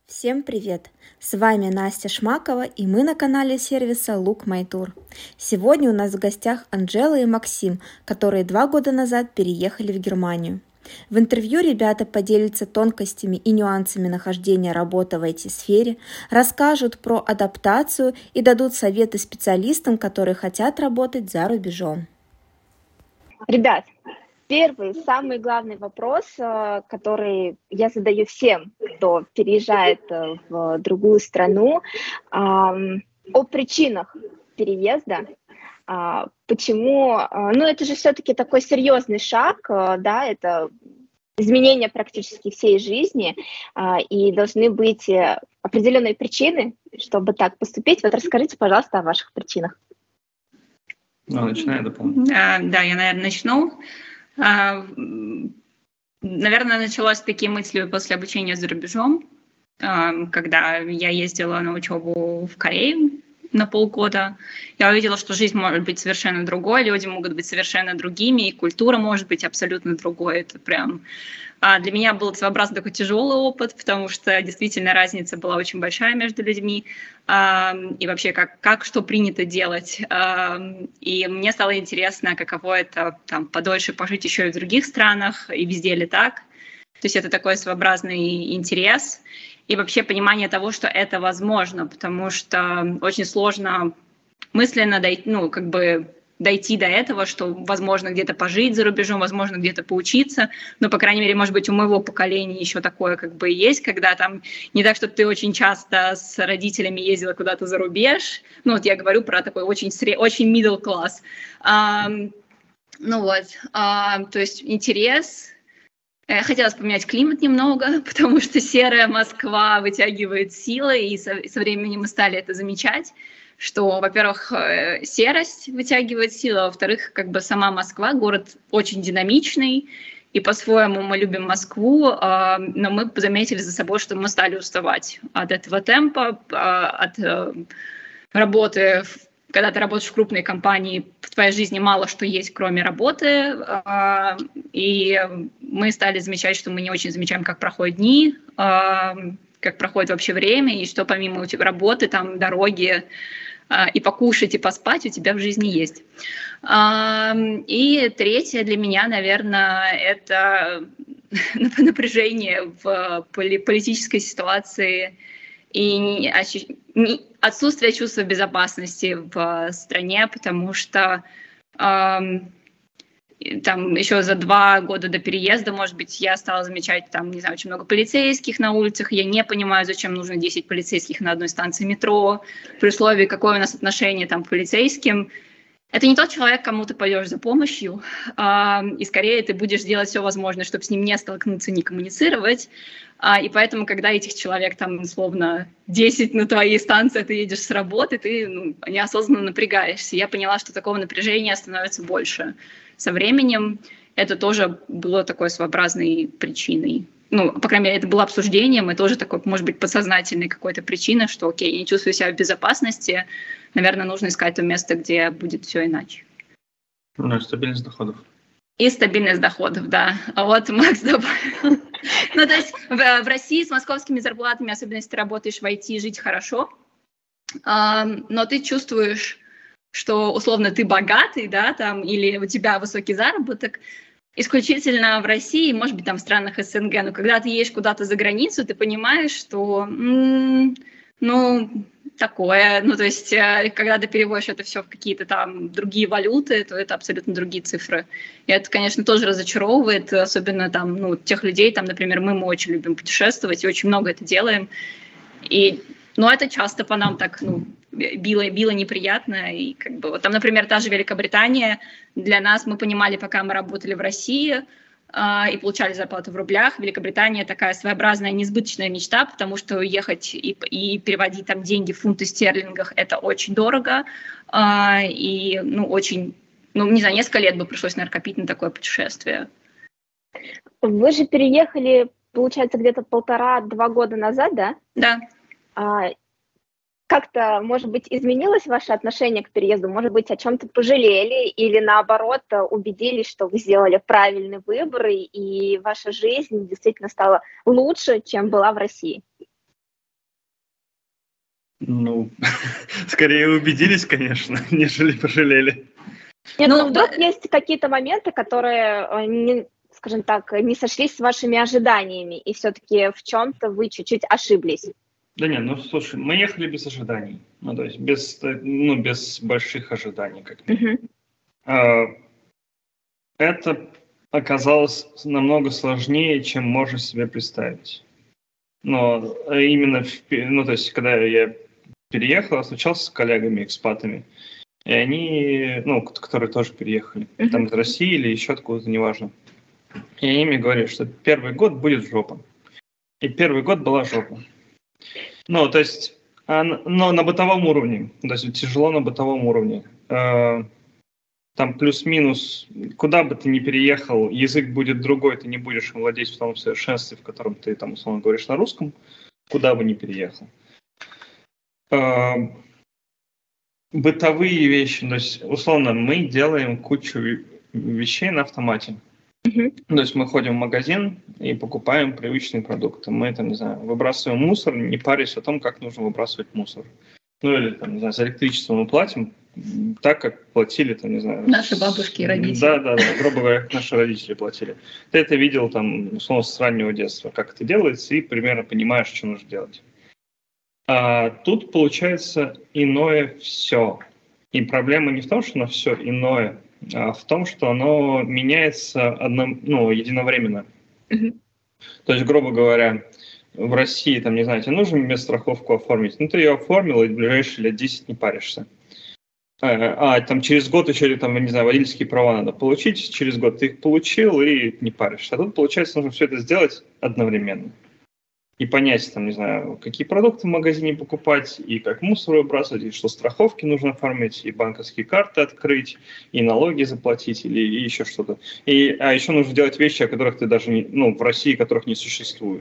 Всем привет! С вами Настя Шмакова, и мы на канале сервиса Look My Tour. Сегодня у нас в гостях Анжела и Максим, которые 2 года назад переехали в Германию. В интервью ребята поделятся тонкостями и нюансами нахождения работы в IT-сфере, расскажут про адаптацию и дадут советы специалистам, которые хотят работать за рубежом. Ребят, первый, самый главный вопрос, который я задаю всем, кто переезжает в другую страну, о причинах переезда. Почему? Ну, это же все-таки такой серьезный шаг, да, это изменение практически всей жизни, и должны быть определенные причины, чтобы так поступить. Вот расскажите, пожалуйста, о ваших причинах. Начинаю, дополню. Да, я, наверное, начну. Наверное, началось с такие мысли после обучения за рубежом, когда я ездила на учебу в Корею на полгода. Я увидела, что жизнь может быть совершенно другой, люди могут быть совершенно другими, и культура может быть абсолютно другой. Это прям... Для меня был своеобразно такой тяжелый опыт, потому что действительно разница была очень большая между людьми, и вообще как что принято делать. И мне стало интересно, каково это там, подольше пожить еще и в других странах, и везде ли так. То есть это такой своеобразный интерес и вообще понимание того, что это возможно, потому что очень сложно мысленно дойти до этого, что возможно где-то пожить за рубежом, возможно где-то поучиться, но, по крайней мере, может быть, у моего поколения еще такое как бы есть, когда там не так, что ты очень часто с родителями ездила куда-то за рубеж, ну вот я говорю про такой очень middle class. То есть интерес. Хотелось поменять климат немного, потому что серая Москва вытягивает силы, и со временем мы стали это замечать, что, во-первых, серость вытягивает силы, а во-вторых, как бы сама Москва, город очень динамичный, и по-своему мы любим Москву, но мы заметили за собой, что мы стали уставать от этого темпа, от работы. Когда ты работаешь в крупной компании, в твоей жизни мало что есть, кроме работы, и мы стали замечать, что мы не очень замечаем, как проходят дни, как проходит вообще время, и что помимо работы, там, дороги, и покушать, и поспать у тебя в жизни есть. И третье для меня, наверное, это напряжение в политической ситуации и отсутствие чувства безопасности в стране, потому что там еще за 2 года до переезда, может быть, я стала замечать там, не знаю, очень много полицейских на улицах. Я не понимаю, зачем нужно 10 полицейских на одной станции метро, при условии, какое у нас отношение там к полицейским. Это не тот человек, кому ты пойдешь за помощью, и скорее ты будешь делать все возможное, чтобы с ним не столкнуться, не коммуницировать. И поэтому, когда этих человек там, условно, 10 на твоей станции, ты едешь с работы, ты неосознанно напрягаешься. Я поняла, что такого напряжения становится больше. Со временем это тоже было такой своеобразной причиной. Ну, по крайней мере, это было обсуждением, и тоже такой, может быть, подсознательной какой-то причиной, что, окей, я не чувствую себя в безопасности, наверное, нужно искать то место, где будет все иначе. Ну, и стабильность доходов. И стабильность доходов, да. А вот Макс добавил. Ну, то есть в России с московскими зарплатами, особенно если ты работаешь в IT, жить хорошо, но ты чувствуешь, что, условно, ты богатый, да, там, или у тебя высокий заработок, исключительно в России, может быть, там в странах СНГ, но когда ты едешь куда-то за границу, ты понимаешь, что, такое, то есть, когда ты переводишь это все в какие-то там другие валюты, то это абсолютно другие цифры. И это, конечно, тоже разочаровывает, особенно там, тех людей, там, например, мы очень любим путешествовать и очень много это делаем, но это часто по нам так, било неприятно, и как бы, вот там, например, та же Великобритания, для нас, мы понимали, пока мы работали в России, и получали зарплату в рублях. Великобритания такая своеобразная несбыточная мечта, потому что уехать и переводить там деньги в фунты стерлингах — это очень дорого, и, очень, не знаю, несколько лет бы пришлось, наверное, копить на такое путешествие. Вы же переехали, получается, где-то 1,5-2 года назад, да? Да. Как-то, может быть, изменилось ваше отношение к переезду? Может быть, о чем-то пожалели или, наоборот, убедились, что вы сделали правильный выбор, и ваша жизнь действительно стала лучше, чем была в России? Ну, скорее убедились, конечно, нежели пожалели. Нет, ну вдруг есть какие-то моменты, которые, скажем так, не сошлись с вашими ожиданиями, и все-таки в чем-то вы чуть-чуть ошиблись. Да нет, ну слушай, мы ехали без ожиданий. Ну, то есть без больших ожиданий, как минимум. Это оказалось намного сложнее, чем можно себе представить. Но именно, то есть, когда я переехал, встречался с коллегами, экспатами, и они, которые тоже переехали, там из России или еще откуда-то, неважно. И они мне говорили, что первый год будет жопа. И первый год была жопа. Ну, то есть, но на бытовом уровне, то есть тяжело на бытовом уровне. Там плюс-минус, куда бы ты ни переехал, язык будет другой, ты не будешь владеть в том совершенстве, в котором ты, там, условно, говоришь на русском, куда бы ни переехал. Бытовые вещи, то есть, условно, мы делаем кучу вещей на автомате. То есть мы ходим в магазин и покупаем привычные продукты. Мы, там, не знаю, выбрасываем мусор, не парясь о том, как нужно выбрасывать мусор. Ну или, там, не знаю, за электричество мы платим так, как платили, там, не знаю... Наши бабушки и родители. Да, грубо говоря, как наши родители платили. Ты это видел, там, условно, с раннего детства, как это делается, и примерно понимаешь, что нужно делать. А тут получается иное все. И проблема не в том, что оно все иное, а в том, что оно меняется единовременно. То есть, грубо говоря, в России, там, не знаю, тебе нужно медстраховку оформить, ну, ты ее оформил, и в ближайшие лет 10 не паришься. Там через год еще, там, не знаю, водительские права надо получить, через год ты их получил и не паришься. А тут, получается, нужно все это сделать одновременно. И понять, там, не знаю, какие продукты в магазине покупать, и как мусор выбрасывать, и что страховки нужно оформить, и банковские карты открыть, и налоги заплатить, или еще что-то. А еще нужно делать вещи, о которых ты даже в России, которых не существует.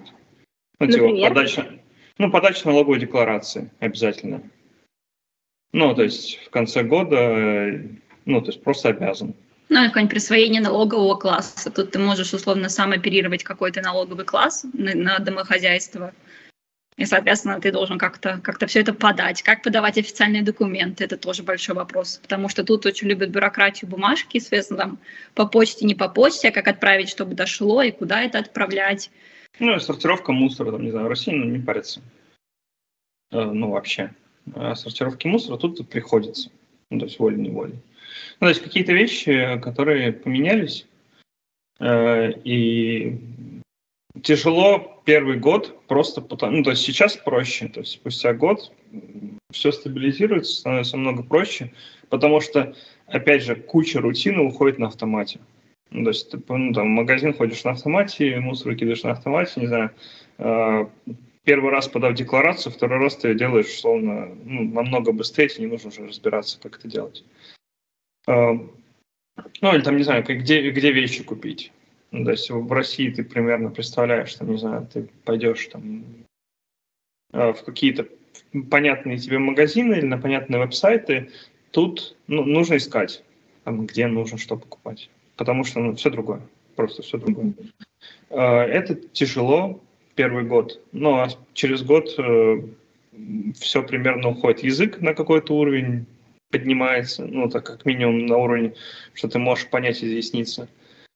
Подача налоговой декларации обязательно. То есть в конце года, то есть просто обязан. Ну, и какое-нибудь присвоение налогового класса. Тут ты можешь условно сам оперировать какой-то налоговый класс на домохозяйство. И, соответственно, ты должен как-то все это подать. Как подавать официальные документы, это тоже большой вопрос. Потому что тут очень любят бюрократию, бумажки, соответственно, там по почте, не по почте, а как отправить, чтобы дошло, и куда это отправлять. И сортировка мусора, там, не знаю, в России не парится. Вообще. А сортировки мусора тут приходится. То есть волей-неволей. То есть какие-то вещи, которые поменялись, и тяжело первый год просто потому... то есть сейчас проще, то есть спустя год все стабилизируется, становится много проще, потому что, опять же, куча рутины уходит на автомате. То есть ты в магазин ходишь на автомате, мусор кидаешь на автомате, не знаю, первый раз подав декларацию, второй раз ты ее делаешь, условно, намного быстрее, тебе не нужно уже разбираться, как это делать. Или там, не знаю, где вещи купить. То есть в России ты примерно представляешь, там, не знаю, ты пойдешь там в какие-то понятные тебе магазины или на понятные веб-сайты, тут нужно искать, где нужно что покупать. Потому что все другое, просто все другое. Это тяжело первый год, а через год все примерно уходит. Язык на какой-то уровень поднимается, так как минимум на уровне, что ты можешь понять и изъясниться.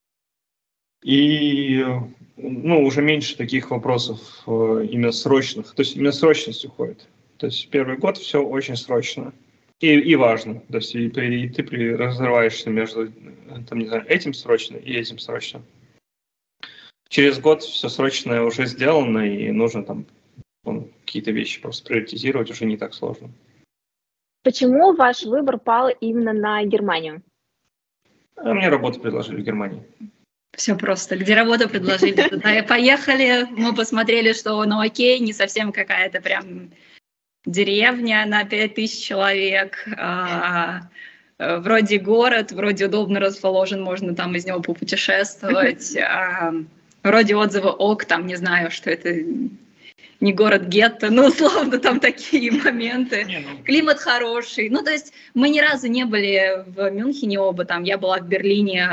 И уже меньше таких вопросов именно срочных. То есть именно срочность уходит. То есть первый год все очень срочно и важно. То есть и ты разрываешься между там, не знаю, этим срочно и этим срочно. Через год все срочное уже сделано, и нужно там какие-то вещи просто приоритизировать уже не так сложно. Почему ваш выбор пал именно на Германию? Мне работу предложили в Германии. Все просто. Где работу предложили, туда и поехали. Мы посмотрели, что окей, не совсем какая-то прям деревня на 5000 человек. Вроде город, вроде удобно расположен, можно там из него попутешествовать. Вроде отзывы там не знаю, что это... не город-гетто, условно, там такие моменты. Климат хороший. То есть мы ни разу не были в Мюнхене оба. Я была в Берлине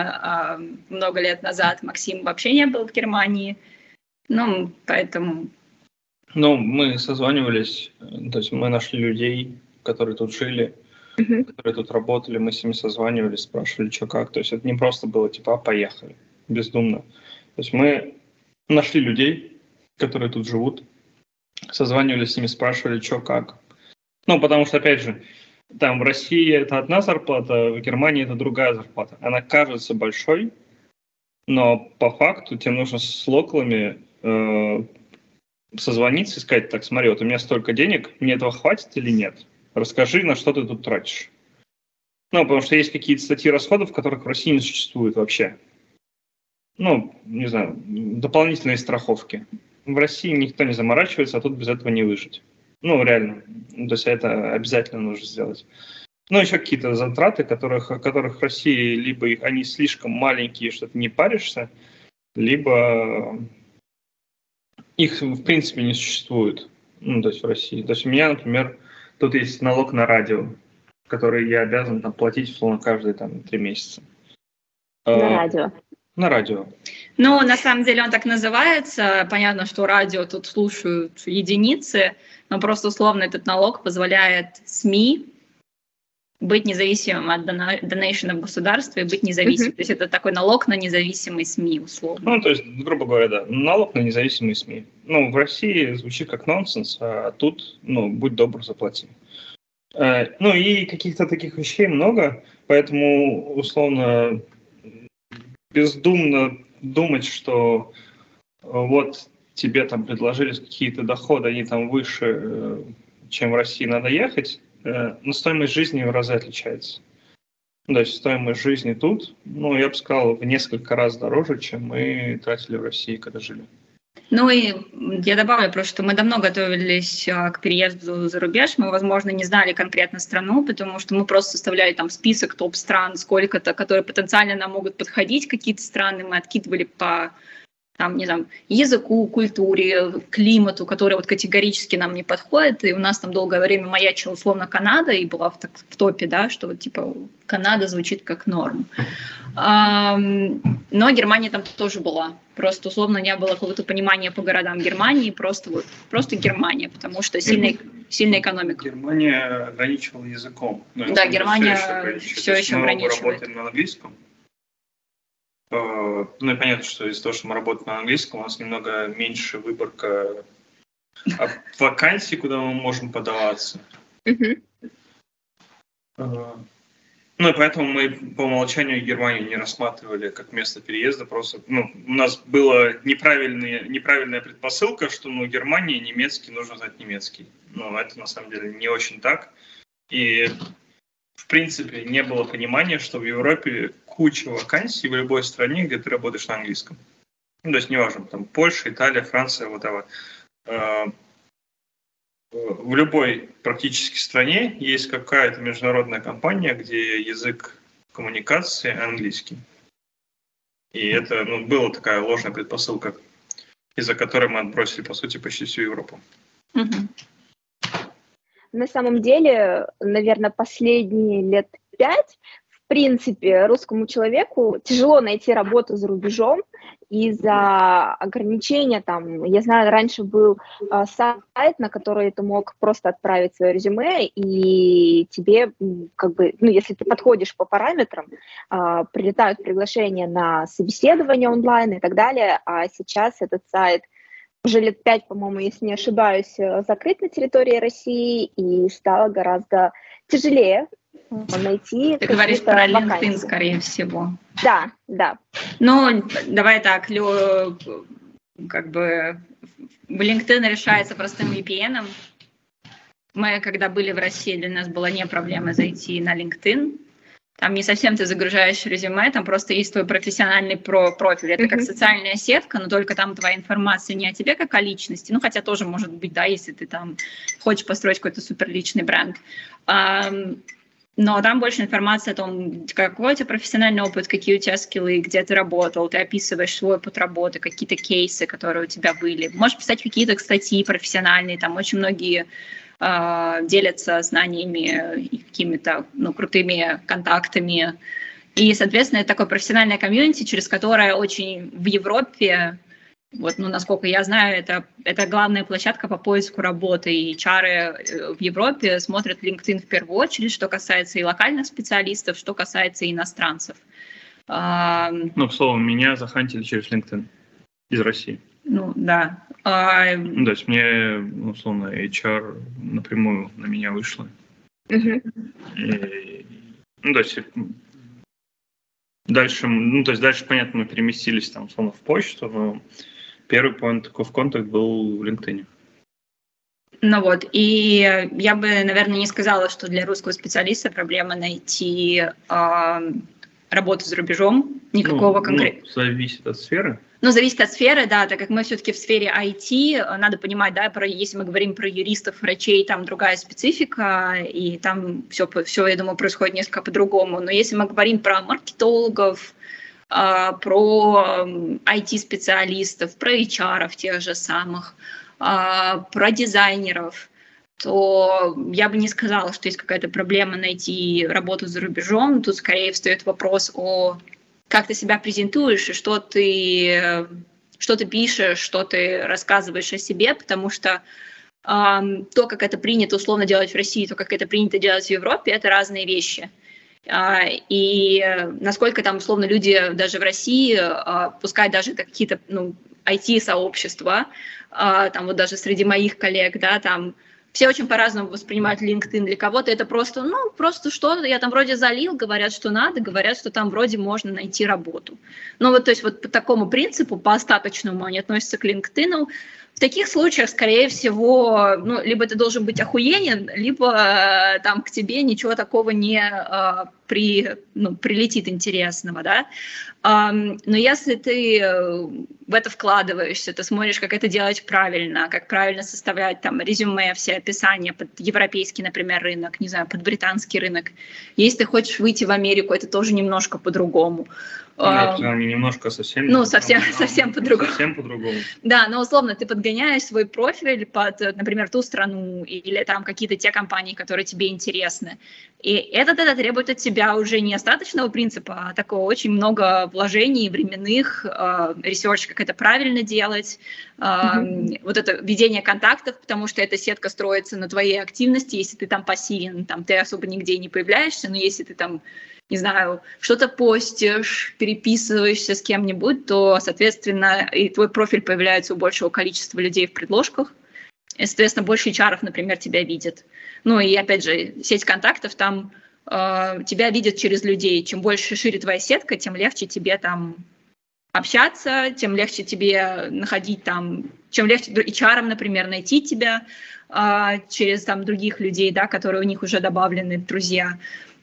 много лет назад. Максим вообще не был в Германии. Поэтому Ну, мы созванивались, то есть мы нашли людей, которые тут жили, которые тут работали, мы с ними созванивались, спрашивали, что как. То есть это не просто было типа, поехали, бездумно. То есть мы нашли людей, которые тут живут, созванивались с ними, спрашивали, что как. Ну, потому что, опять же, там в России это одна зарплата, в Германии это другая зарплата. Она кажется большой, но по факту тебе нужно с локалами созвониться и сказать, так, смотри, вот у меня столько денег, мне этого хватит или нет? Расскажи, на что ты тут тратишь. Ну, потому что есть какие-то статьи расходов, которых в России не существует вообще. Ну, не знаю, дополнительные страховки. В России никто не заморачивается, а тут без этого не выжить. Ну, реально. То есть это обязательно нужно сделать. Ну, еще какие-то затраты, которых в России либо они слишком маленькие, что ты не паришься, либо их, в принципе, не существует. Ну, то есть в России. То есть у меня, например, тут есть налог на радио, который я обязан там платить, условно, каждые 3 месяца. На радио. На радио. Ну, на самом деле он так называется. Понятно, что радио тут слушают единицы, но просто условно этот налог позволяет СМИ быть независимым от донейшенов государства и быть независимым. То есть это такой налог на независимые СМИ, условно. Ну, то есть, грубо говоря, да, налог на независимые СМИ. Ну, в России звучит как нонсенс, а тут, ну, будь добр, заплати. Ну, и каких-то таких вещей много, поэтому, условно, бездумно думать, что вот тебе там предложили какие-то доходы, они там выше, чем в России надо ехать, но стоимость жизни в разы отличается. То есть стоимость жизни тут, ну, я бы сказал, в несколько раз дороже, чем мы тратили в России, когда жили. Ну и я добавлю просто, что мы давно готовились к переезду за рубеж, мы, возможно, не знали конкретно страну, потому что мы просто составляли там список топ-стран, сколько-то, которые потенциально нам могут подходить, какие-то страны мы откидывали по там, не знаю, языку, культуре, климату, который вот категорически нам не подходит, и у нас там долгое время маячила условно Канада и была в топе, да, что вот типа Канада звучит как норм. Но Германия там тоже была. Просто условно не было какого-то понимания по городам Германии, просто Германия, потому что сильная экономика. Германия ограничивала языком. Да, Германия все еще ограничивает. Мы работаем на английском. Ну и понятно, что из-за того, что мы работаем на английском, у нас немного меньше выборка вакансий, куда мы можем подаваться. Ну и поэтому мы по умолчанию Германию не рассматривали как место переезда. Просто у нас была неправильная предпосылка, что Германия, немецкий, нужно знать немецкий. Но это на самом деле не очень так. И в принципе не было понимания, что в Европе куча вакансий в любой стране, где ты работаешь на английском. Ну, то есть неважно, там Польша, Италия, Франция, whatever. В любой практически стране есть какая-то международная компания, где язык коммуникации английский. И это была такая ложная предпосылка, из-за которой мы отбросили, по сути, почти всю Европу. На самом деле, наверное, последние лет 5, в принципе, русскому человеку тяжело найти работу за рубежом из-за ограничения. Там, я знаю, раньше был сайт, на который ты мог просто отправить свое резюме, и тебе, если ты подходишь по параметрам, прилетают приглашения на собеседование онлайн и так далее. А сейчас этот сайт уже лет 5, по-моему, если не ошибаюсь, закрыт на территории России, и стало гораздо тяжелее найти. Ты говоришь про LinkedIn, скорее всего. Да, да. Ну, давай так, как бы LinkedIn решается простым VPN. Мы, когда были в России, для нас была не проблема зайти на LinkedIn. Там не совсем ты загружаешь резюме, там просто есть твой профессиональный профиль. Это как социальная сетка, но только там твоя информация не о тебе как о личности. Ну, хотя тоже может быть, да, если ты там хочешь построить какой-то суперличный бренд. Но там больше информации о том, какой у тебя профессиональный опыт, какие у тебя скиллы, где ты работал, ты описываешь свой опыт работы, какие-то кейсы, которые у тебя были. Можешь писать какие-то статьи профессиональные, там очень многие делятся знаниями и какими-то крутыми контактами. И, соответственно, это такое профессиональное комьюнити, через которое очень в Европе Вот, ну, насколько я знаю, это главная площадка по поиску работы, и HR в Европе смотрят LinkedIn в первую очередь, что касается и локальных специалистов, что касается иностранцев. Ну, к слову, меня захантили через LinkedIn из России. Ну, да. Ну, то есть мне, условно, HR напрямую на меня вышло. И, ну, то есть дальше, понятно, мы переместились там, условно, в почту, но первый point of contact был в LinkedIn. Ну вот, и я бы, наверное, не сказала, что для русского специалиста проблема найти работу за рубежом, никакого конкретного. Зависит от сферы. Ну, зависит от сферы, да, так как мы все-таки в сфере IT, надо понимать, да, если мы говорим про юристов, врачей, там другая специфика, и там все, я думаю, происходит несколько по-другому. Но если мы говорим про маркетологов, про IT-специалистов, про HR тех же самых, про дизайнеров, то я бы не сказала, что есть какая-то проблема найти работу за рубежом. Тут скорее встает вопрос о как ты себя презентуешь и что ты пишешь, что ты рассказываешь о себе, потому что то, как это принято условно делать в России, то, как это принято делать в Европе, это разные вещи. И насколько там условно люди даже в России, пускай даже какие-то IT-сообщества, там вот даже среди моих коллег, да, там все очень по-разному воспринимают LinkedIn. Для кого-то это просто что-то, я там вроде залил, говорят, что надо, говорят, что там вроде можно найти работу. Ну вот, то есть вот по такому принципу, по остаточному они относятся к LinkedIn. В таких случаях, скорее всего, либо ты должен быть охуенен, либо там к тебе ничего такого не прилетит интересного, да. Но если ты в это вкладываешься, ты смотришь, как это делать правильно, как правильно составлять там резюме, все описания под европейский, например, рынок, не знаю, под британский рынок. Если ты хочешь выйти в Америку, это тоже немножко по-другому. Не немножко, совсем. Совсем по-другому. Совсем по-другому. Да, но условно ты подгоняешь свой профиль под, например, ту страну или там какие-то те компании, которые тебе интересны. И это требует от тебя уже не остаточного принципа, а такого очень много вложений временных, ресерч, как это правильно делать, вот это ведение контактов, потому что эта сетка строится на твоей активности. Если ты там пассивен, там ты особо нигде не появляешься, но если ты там, не знаю, что-то постишь, переписываешься с кем-нибудь, то, соответственно, и твой профиль появляется у большего количества людей в предложках, и, соответственно, больше HR, например, тебя видят. Ну и, опять же, сеть контактов, там тебя видят через людей. Чем больше, шире твоя сетка, тем легче тебе там общаться, тем легче тебе находить там, чем легче HR, например, найти тебя через там других людей, да, которые у них уже добавлены в друзья.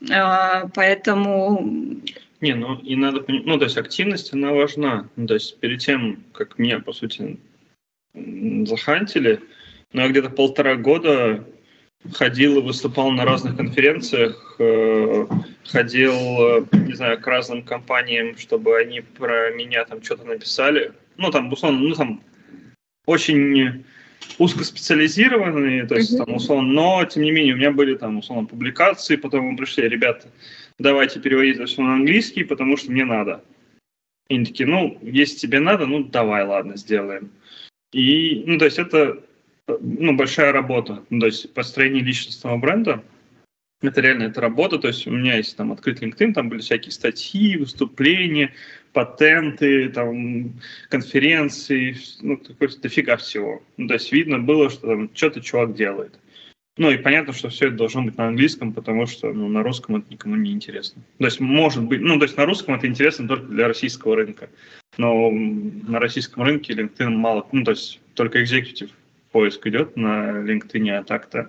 Поэтому... и надо понимать, то есть активность, она важна. То есть перед тем, как меня, по сути, захантили, я где-то 1,5 года ходил и выступал на разных конференциях, ходил, не знаю, к разным компаниям, чтобы они про меня там что-то написали. Там, условно, там очень узкоспециализированные, то есть там условно, но тем не менее у меня были там условно публикации, потом мы пришли, ребята, давайте переводить это все на английский, потому что мне надо. И они такие, если тебе надо, давай, ладно, сделаем. И, то есть это, большая работа, то есть построение личностного бренда, это реально, это работа, то есть у меня есть там открыт LinkedIn, там были всякие статьи, выступления, патенты, там, конференции, дофига всего. То есть видно было, что там что-то чувак делает. И понятно, что все это должно быть на английском, потому что на русском это никому не интересно. То есть может быть, то есть на русском это интересно только для российского рынка, но на российском рынке LinkedIn мало, то есть только executive поиск идет на LinkedIn, а так-то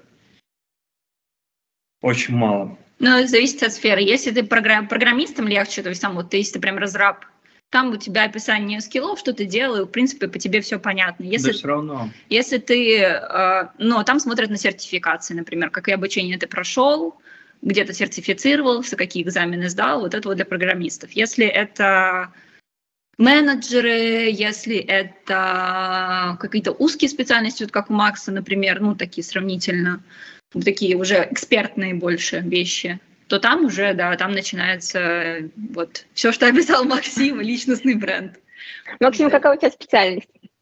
очень мало. Зависит от сферы. Если ты программистом легче, то есть там вот если ты прям разраб, там у тебя описание скиллов, что ты делаешь, в принципе, по тебе все понятно. Если, да все равно. Если ты, там смотрят на сертификации, например, какие обучения ты прошел, где-то сертифицировался, какие экзамены сдал, вот это вот для программистов. Если это менеджеры, если это какие-то узкие специальности, вот как у Макса, например, такие сравнительно, такие уже экспертные больше вещи, то там уже, да, там начинается вот все, что описал Максим, личностный бренд. Максим, какая у тебя специальность?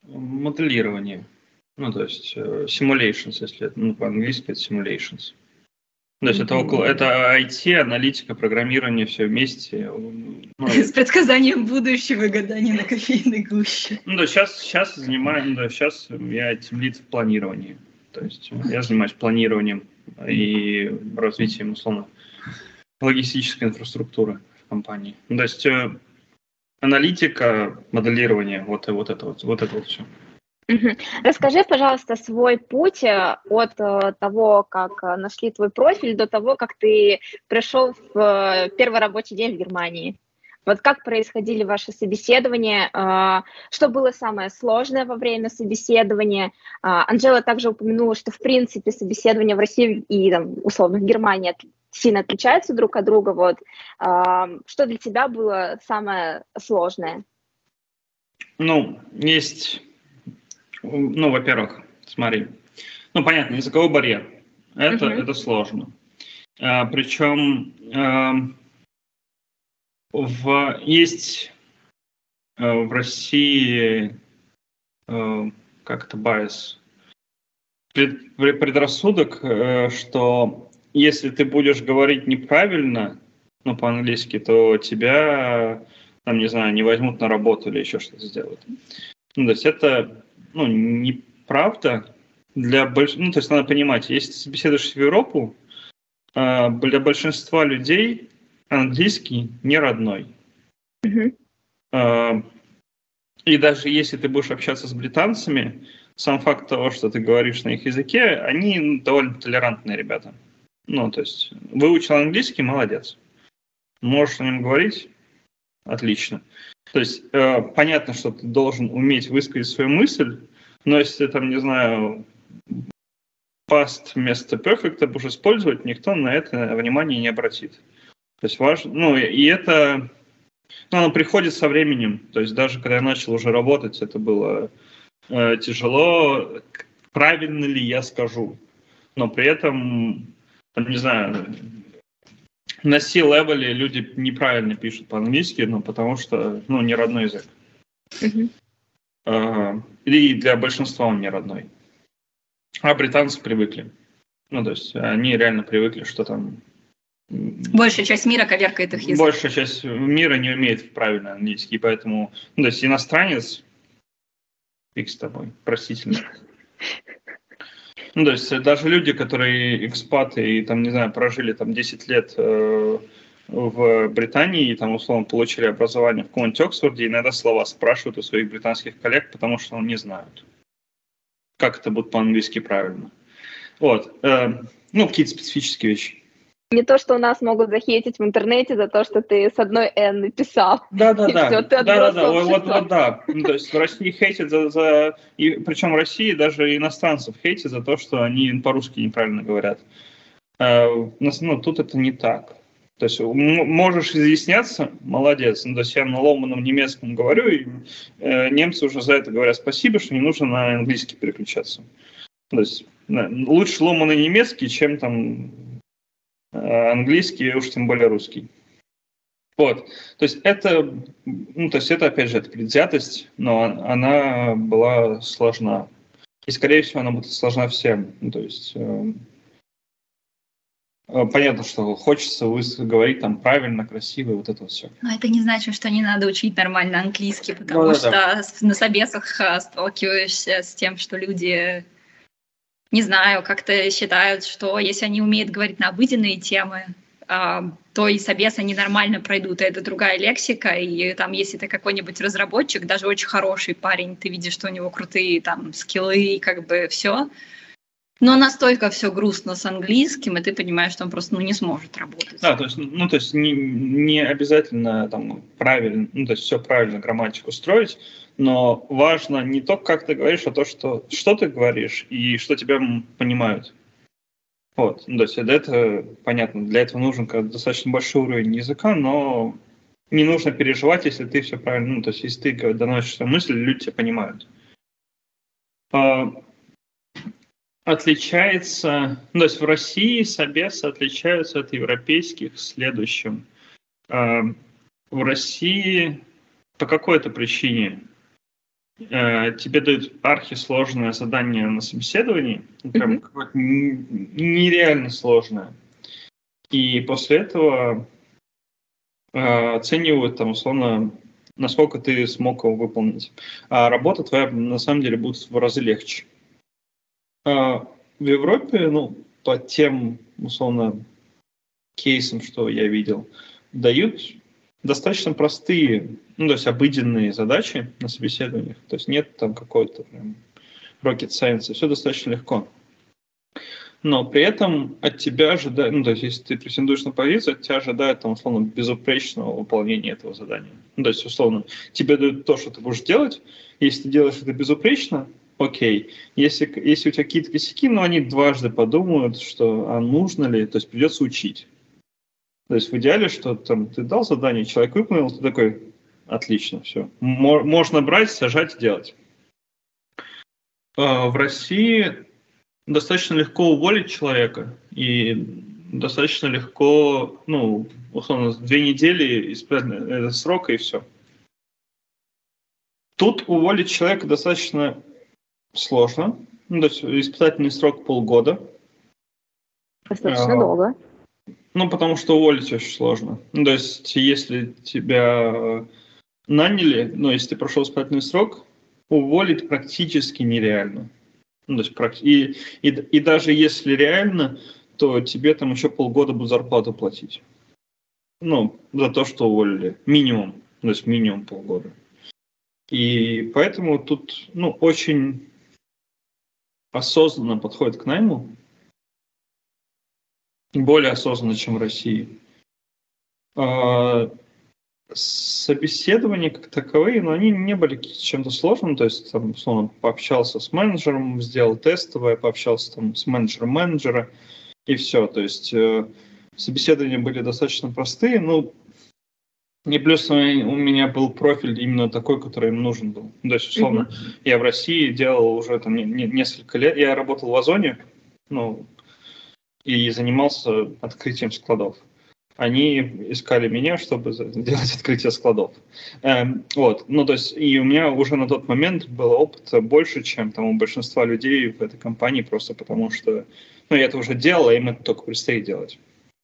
Моделирование. Ну, то есть simulations, если по-английски это simulations. То есть это IT, аналитика, программирование, все вместе. С предсказанием будущего и гаданием на кофейной гуще. Ну да, сейчас я тимлид в планировании. То есть я занимаюсь планированием и развитием, условно, логистической инфраструктуры в компании. То есть аналитика, моделирование, вот это все. Расскажи, пожалуйста, свой путь от того, как нашли твой профиль, до того, как ты пришел в первый рабочий день в Германии. Вот как происходили ваши собеседования, что было самое сложное во время собеседования? Анжела также упомянула, что, в принципе, собеседования в России и, там, условно, в Германии сильно отличаются друг от друга. Вот. Что для тебя было самое сложное? Во-первых, смотри. Понятно, языковой барьер. Это сложно. Причем есть в России как-то bias, предрассудок, что если ты будешь говорить неправильно, по-английски, то тебя, не знаю, не возьмут на работу или еще что-то сделают. То есть это, неправда. То есть надо понимать, если ты собеседуешься в Европу, для большинства людей английский не родной. И даже если ты будешь общаться с британцами, сам факт того, что ты говоришь на их языке, они довольно толерантные ребята. То есть выучил английский, молодец. Можешь на нем говорить, отлично. То есть понятно, что ты должен уметь высказать свою мысль, но если ты не знаю, past вместо perfect будешь использовать, никто на это внимание не обратит. То есть важно, и это, оно приходит со временем. То есть даже когда я начал уже работать, это было тяжело. Правильно ли я скажу? Но при этом, не знаю, на C-левеле люди неправильно пишут по-английски, потому что, не родной язык. И для большинства он не родной. А британцы привыкли. То есть они реально привыкли, что там... Большая часть мира коверкает их язык. Большая часть мира не умеет правильно английский, поэтому... то есть иностранец... Фиг с тобой, простительно. То есть даже люди, которые экспаты и, прожили 10 лет в Британии и, условно, получили образование в каком-нибудь Оксфорде, иногда слова спрашивают у своих британских коллег, потому что не знают, как это будет по-английски правильно. Какие-то специфические вещи. Не то, что у нас могут захейтить в интернете за то, что ты с одной «Н» написал. Да. То есть в России хейтят причем в России даже иностранцев хейтят за то, что они по-русски неправильно говорят. Тут это не так. То есть можешь изъясняться, молодец. То есть я на ломаном немецком говорю, и немцы уже за это говорят спасибо, что не нужно на английский переключаться. То есть лучше ломаный немецкий, чем английский, уж тем более русский. То есть это, это опять же, это предвзятость, но она была сложна. И, скорее всего, она будет сложна всем. То есть понятно, что хочется говорить правильно, красиво, вот это все. Но это не значит, что не надо учить нормально английский, потому что на собесах сталкиваешься с тем, что люди... Не знаю, как-то считают, что если они умеют говорить на обыденные темы, то и собес они нормально пройдут. Это другая лексика, и если ты какой-нибудь разработчик, даже очень хороший парень, ты видишь, что у него крутые скиллы, все. Но настолько все грустно с английским, и ты понимаешь, что он просто не сможет работать. Да, то есть не обязательно правильно, то есть все правильно грамматику строить, но важно не то, как ты говоришь, а то, что ты говоришь и что тебя понимают. То есть это понятно, для этого нужен достаточно большой уровень языка, но не нужно переживать, если ты все правильно, то есть если ты доносишь свою мысль, люди тебя понимают. Отличается, то есть в России собесы отличаются от европейских следующим. В России по какой-то причине тебе дают архисложное задание на собеседовании, прям какое-то нереально сложное. И после этого оценивают, там, условно, насколько ты смог его выполнить. А работа твоя, на самом деле, будет в разы легче. В Европе, по тем, условно, кейсам, что я видел, дают достаточно простые, то есть обыденные задачи на собеседованиях. То есть нет там какой-то прям rocket science, все достаточно легко. Но при этом от тебя ожидают, то есть если ты претендуешь на позицию, от тебя ожидают, там, условно, безупречного выполнения этого задания. То есть, условно, тебе дают то, что ты будешь делать. Если ты делаешь это безупречно, окей. Если у тебя какие-то косяки, они дважды подумают, что нужно ли, то есть придется учить. То есть в идеале, что там ты дал задание, человек выполнил, ты такой, отлично, все. Можно брать, сажать, делать. В России достаточно легко уволить человека, и достаточно легко, условно, 2 недели испытательного этот срока, и все. Тут уволить человека достаточно сложно, то есть испытательный срок полгода. Достаточно долго. Потому что уволить очень сложно. То есть если тебя наняли, если ты прошел испытательный срок, уволить практически нереально. То есть, и даже если реально, то тебе там еще полгода будут зарплату платить. За то, что уволили. Минимум. То есть минимум полгода. И поэтому тут, очень осознанно подходит к найму. Более осознанно, чем в России. Собеседования как таковые, они не были чем-то сложным, то есть, там, условно, пообщался с менеджером, сделал тестовое, пообщался там с менеджером менеджера, и все. То есть собеседования были достаточно простые, и плюс у меня был профиль именно такой, который им нужен был. То есть, условно, я в России делал уже там несколько лет, я работал в Озоне, и занимался открытием складов. Они искали меня, чтобы делать открытие складов. То есть, и у меня уже на тот момент был опыт больше, чем там у большинства людей в этой компании, просто потому что, я это уже делал, а им это только предстоит делать.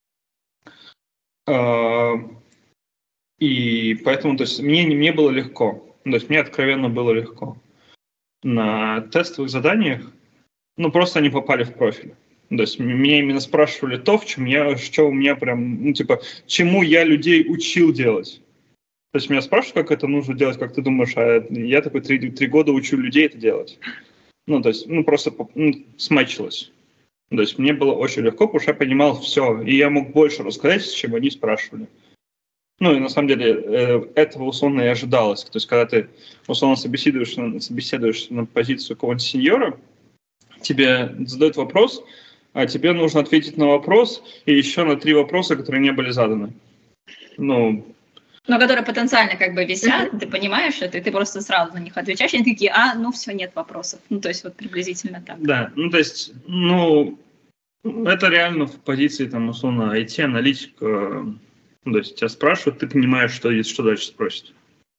И поэтому, то есть, мне было легко. То есть, мне откровенно было легко. На тестовых заданиях, просто они попали в профиль. То есть меня именно спрашивали то, что у меня прям, чему я людей учил делать. То есть меня спрашивают, как это нужно делать, как ты думаешь, а я такой 3 года учу людей это делать. То есть, просто смачилось. То есть мне было очень легко, потому что я понимал все, и я мог больше рассказать, чем они спрашивали. И на самом деле этого условно и ожидалось. То есть когда ты условно собеседуешь на позицию какого-нибудь сеньора, тебе задают вопрос, а тебе нужно ответить на вопрос и еще на 3 вопроса, которые не были заданы. Но которые потенциально висят, ты понимаешь это, и ты просто сразу на них отвечаешь, и они такие, все, нет вопросов. То есть вот приблизительно так. Да, то есть, это реально в позиции, там, условно, IT-аналитика. То есть тебя спрашивают, ты понимаешь, что дальше спросят.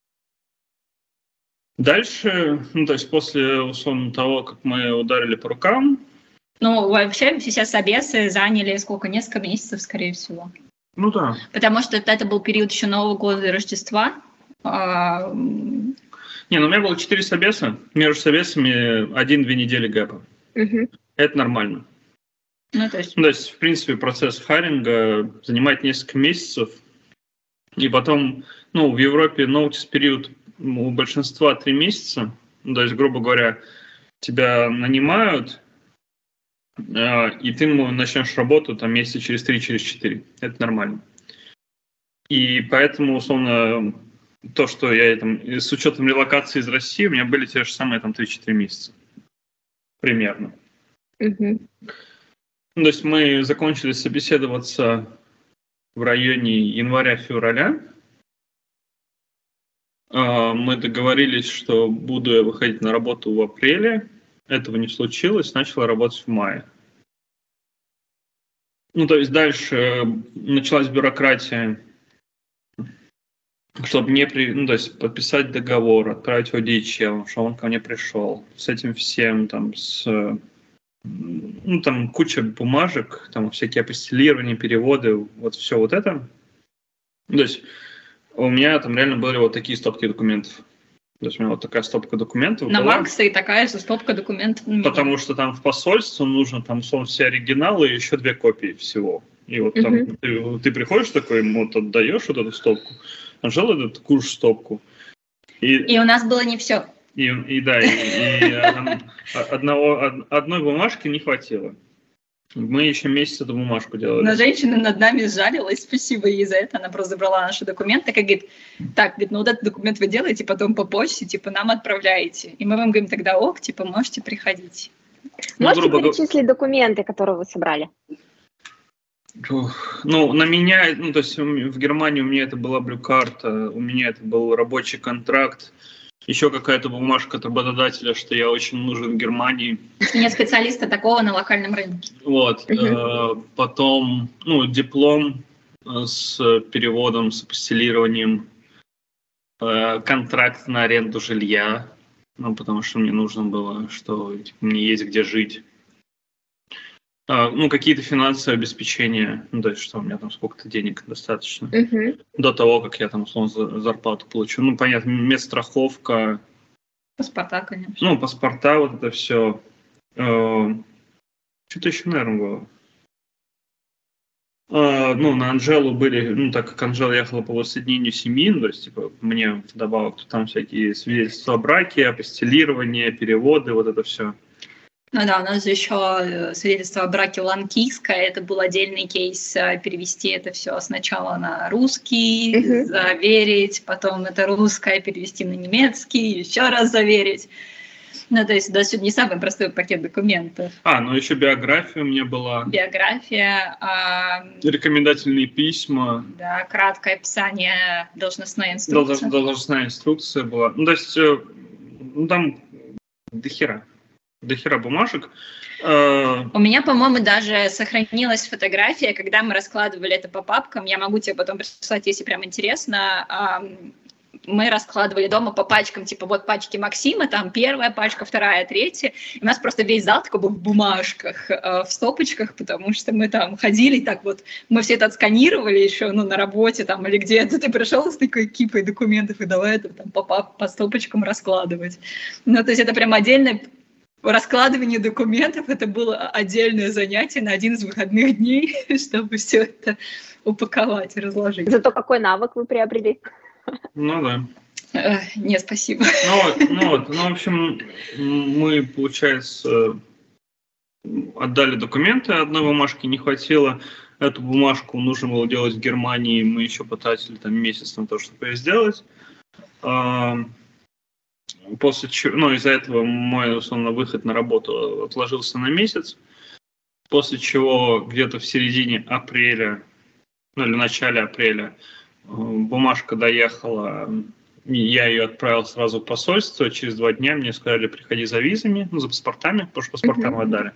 Дальше, то есть после, условно, того, как мы ударили по рукам, вообще все собесы заняли несколько месяцев, скорее всего. Да. Потому что это был период еще Нового года и Рождества. У меня было 4 собеса. Между собесами 1-2 недели гэпа. Это нормально. То есть, в принципе, процесс хайринга занимает несколько месяцев. И потом, в Европе notice период у большинства 3 месяца. То есть, грубо говоря, тебя нанимают, и ты начнешь работу там месяца через 3, через 4. Это нормально. И поэтому, условно, то, что я там, с учетом релокации из России, у меня были те же самые там 3-4 месяца. Примерно. То есть мы закончили собеседоваться в районе января-февраля. Мы договорились, что буду я выходить на работу в апреле. Этого не случилось, начала работать в мае. То есть дальше началась бюрократия чтобы мне, ну, то есть подписать договор, отправить его DHL, что он ко мне пришел. С этим всем, там, ну, там куча бумажек, там всякие апостилирования, переводы, вот все вот это. То есть у меня там реально были вот такие стопки документов. То есть у меня вот такая стопка документов На была. Макса и такая же стопка документов. Потому что там в посольство нужно там все оригиналы и еще 2 копии всего. И вот там ты приходишь такой, ему вот отдаешь вот эту стопку, Анжела дает такую же стопку. И у нас было не все. Одной бумажки не хватило. Мы еще месяц эту бумажку делали. Но женщина над нами сжалилась, спасибо ей за это. Она просто забрала наши документы, и говорит, так, ну вот этот документ вы делаете, потом по почте, типа, нам отправляете. И мы вам говорим тогда, ок, типа, можете приходить. Можете перечислить документы, которые вы собрали? Ну, на меня, ну, то есть в Германии у меня это была блю-карта, у меня это был рабочий контракт, еще какая-то бумажка от работодателя, что я очень нужен в Германии. Нет специалиста такого на локальном рынке. Вот. Потом, ну, диплом с переводом, с апостилированием, контракт на аренду жилья, ну, потому что мне нужно было, что типа, мне есть где жить. Ну, какие-то финансовые обеспечения, ну, то есть, что у меня там сколько-то денег достаточно до того, как я там, условно, зарплату получу. Ну, понятно, медстраховка. Паспорта, конечно. Ну, паспорта, вот это все. Что-то еще, наверное, было. Ну, на Анжелу были, ну, так как Анжела ехала по воссоединению семьи, то есть, типа, мне вдобавок там всякие свидетельства о браке, апостилирование, переводы, вот это все. Ну да, у нас же еще свидетельство о браке ланкийское, это был отдельный кейс, перевести это все сначала на русский, заверить, потом это русское перевести на немецкий, еще раз заверить. Ну, то есть, да, сегодня не самый простой пакет документов. Ну еще биография у меня была. Биография. Рекомендательные письма. Да, краткое описание, должностная инструкция. Должностная инструкция была. Ну, то есть, ну, там дохера бумажек. У меня, по-моему, даже сохранилась фотография, когда мы раскладывали это по папкам. Я могу тебе потом прислать, если прям интересно. Мы раскладывали дома по пачкам, типа вот пачки Максима, там первая пачка, вторая, третья. И у нас просто весь зал такой был в бумажках, в стопочках, потому что мы там ходили, так вот, мы все это отсканировали еще, ну, на работе там или где-то. Ты пришел с такой кипой документов и давай это там по стопочкам раскладывать. Ну, то есть это прям отдельное раскладывание документов, это было отдельное занятие на один из выходных дней, чтобы все это упаковать и разложить. Зато какой навык вы приобрели? Ну да. Нет, спасибо. Ну, в общем, мы, получается, отдали документы, одной бумажки не хватило. Эту бумажку нужно было делать в Германии, мы еще потратили там месяц на то, чтобы ее сделать. После чего, ну, из-за этого мой, условно, выход на работу отложился на месяц, после чего где-то в середине апреля, ну, или в начале апреля, бумажка доехала, я ее отправил сразу в посольство, через 2 дня мне сказали, приходи за визами, ну, за паспортами, потому что паспорта мы отдали.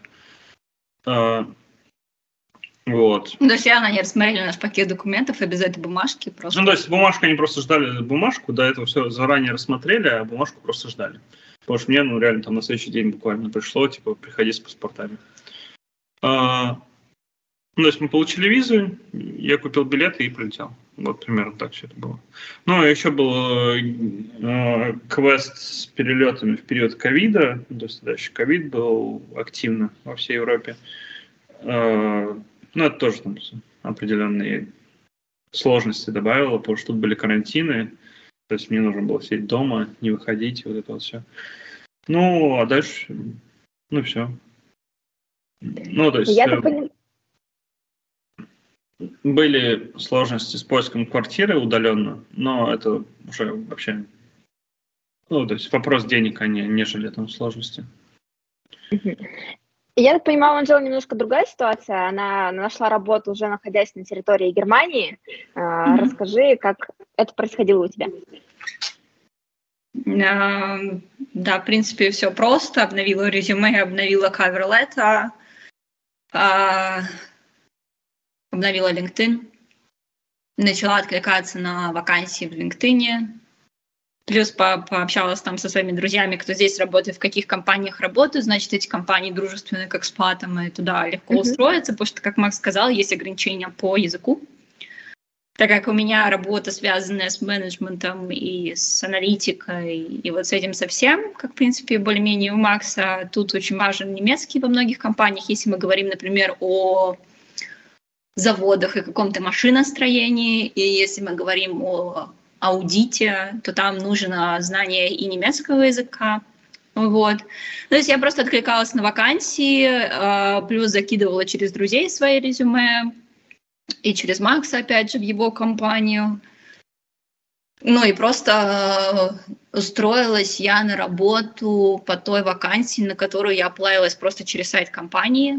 Вот. Ну, то есть они рассмотрели наш пакет документов и без этой бумажки просто... Ну, то есть бумажку они просто ждали бумажку, до этого все заранее рассмотрели, а бумажку просто ждали. Потому что мне, ну, реально там на следующий день буквально пришло, типа, приходи с паспортами. Ну, то есть мы получили визу, я купил билеты и прилетел. Вот примерно так все это было. Ну, еще был квест с перелетами в период ковида, то есть тогда еще ковид был активно во всей Европе. Ну, это тоже там определенные сложности добавило, потому что тут были карантины, то есть мне нужно было сидеть дома, не выходить, вот это вот все. Ну, а дальше, ну, все. Ну, то есть... Были сложности с поиском квартиры удаленно, но это уже вообще, ну, то есть вопрос денег, нежели там сложности. Я так понимаю, у Анжелы немножко другая ситуация. Она нашла работу, уже находясь на территории Германии. Расскажи, как это происходило у тебя? Да, в принципе, все просто. Обновила резюме, обновила cover letter, обновила LinkedIn. начала откликаться на вакансии в LinkedIn, плюс пообщалась там со своими друзьями, кто здесь работает, в каких компаниях работают, значит, эти компании дружественны к экспатам, и туда легко устроиться, потому что, как Макс сказал, есть ограничения по языку. Так как у меня работа, связанная с менеджментом и с аналитикой, и вот с этим совсем, как, в принципе, более-менее у Макса, тут очень важен немецкий во многих компаниях. Если мы говорим, например, о заводах и каком-то машиностроении, и если мы говорим о аудите, то там нужно знание и немецкого языка. Вот. То есть я просто откликалась на вакансии, плюс закидывала через друзей свои резюме, и через Макса, опять же, в его компанию. Ну и просто устроилась я на работу по той вакансии, на которую я оплавилась просто через сайт компании.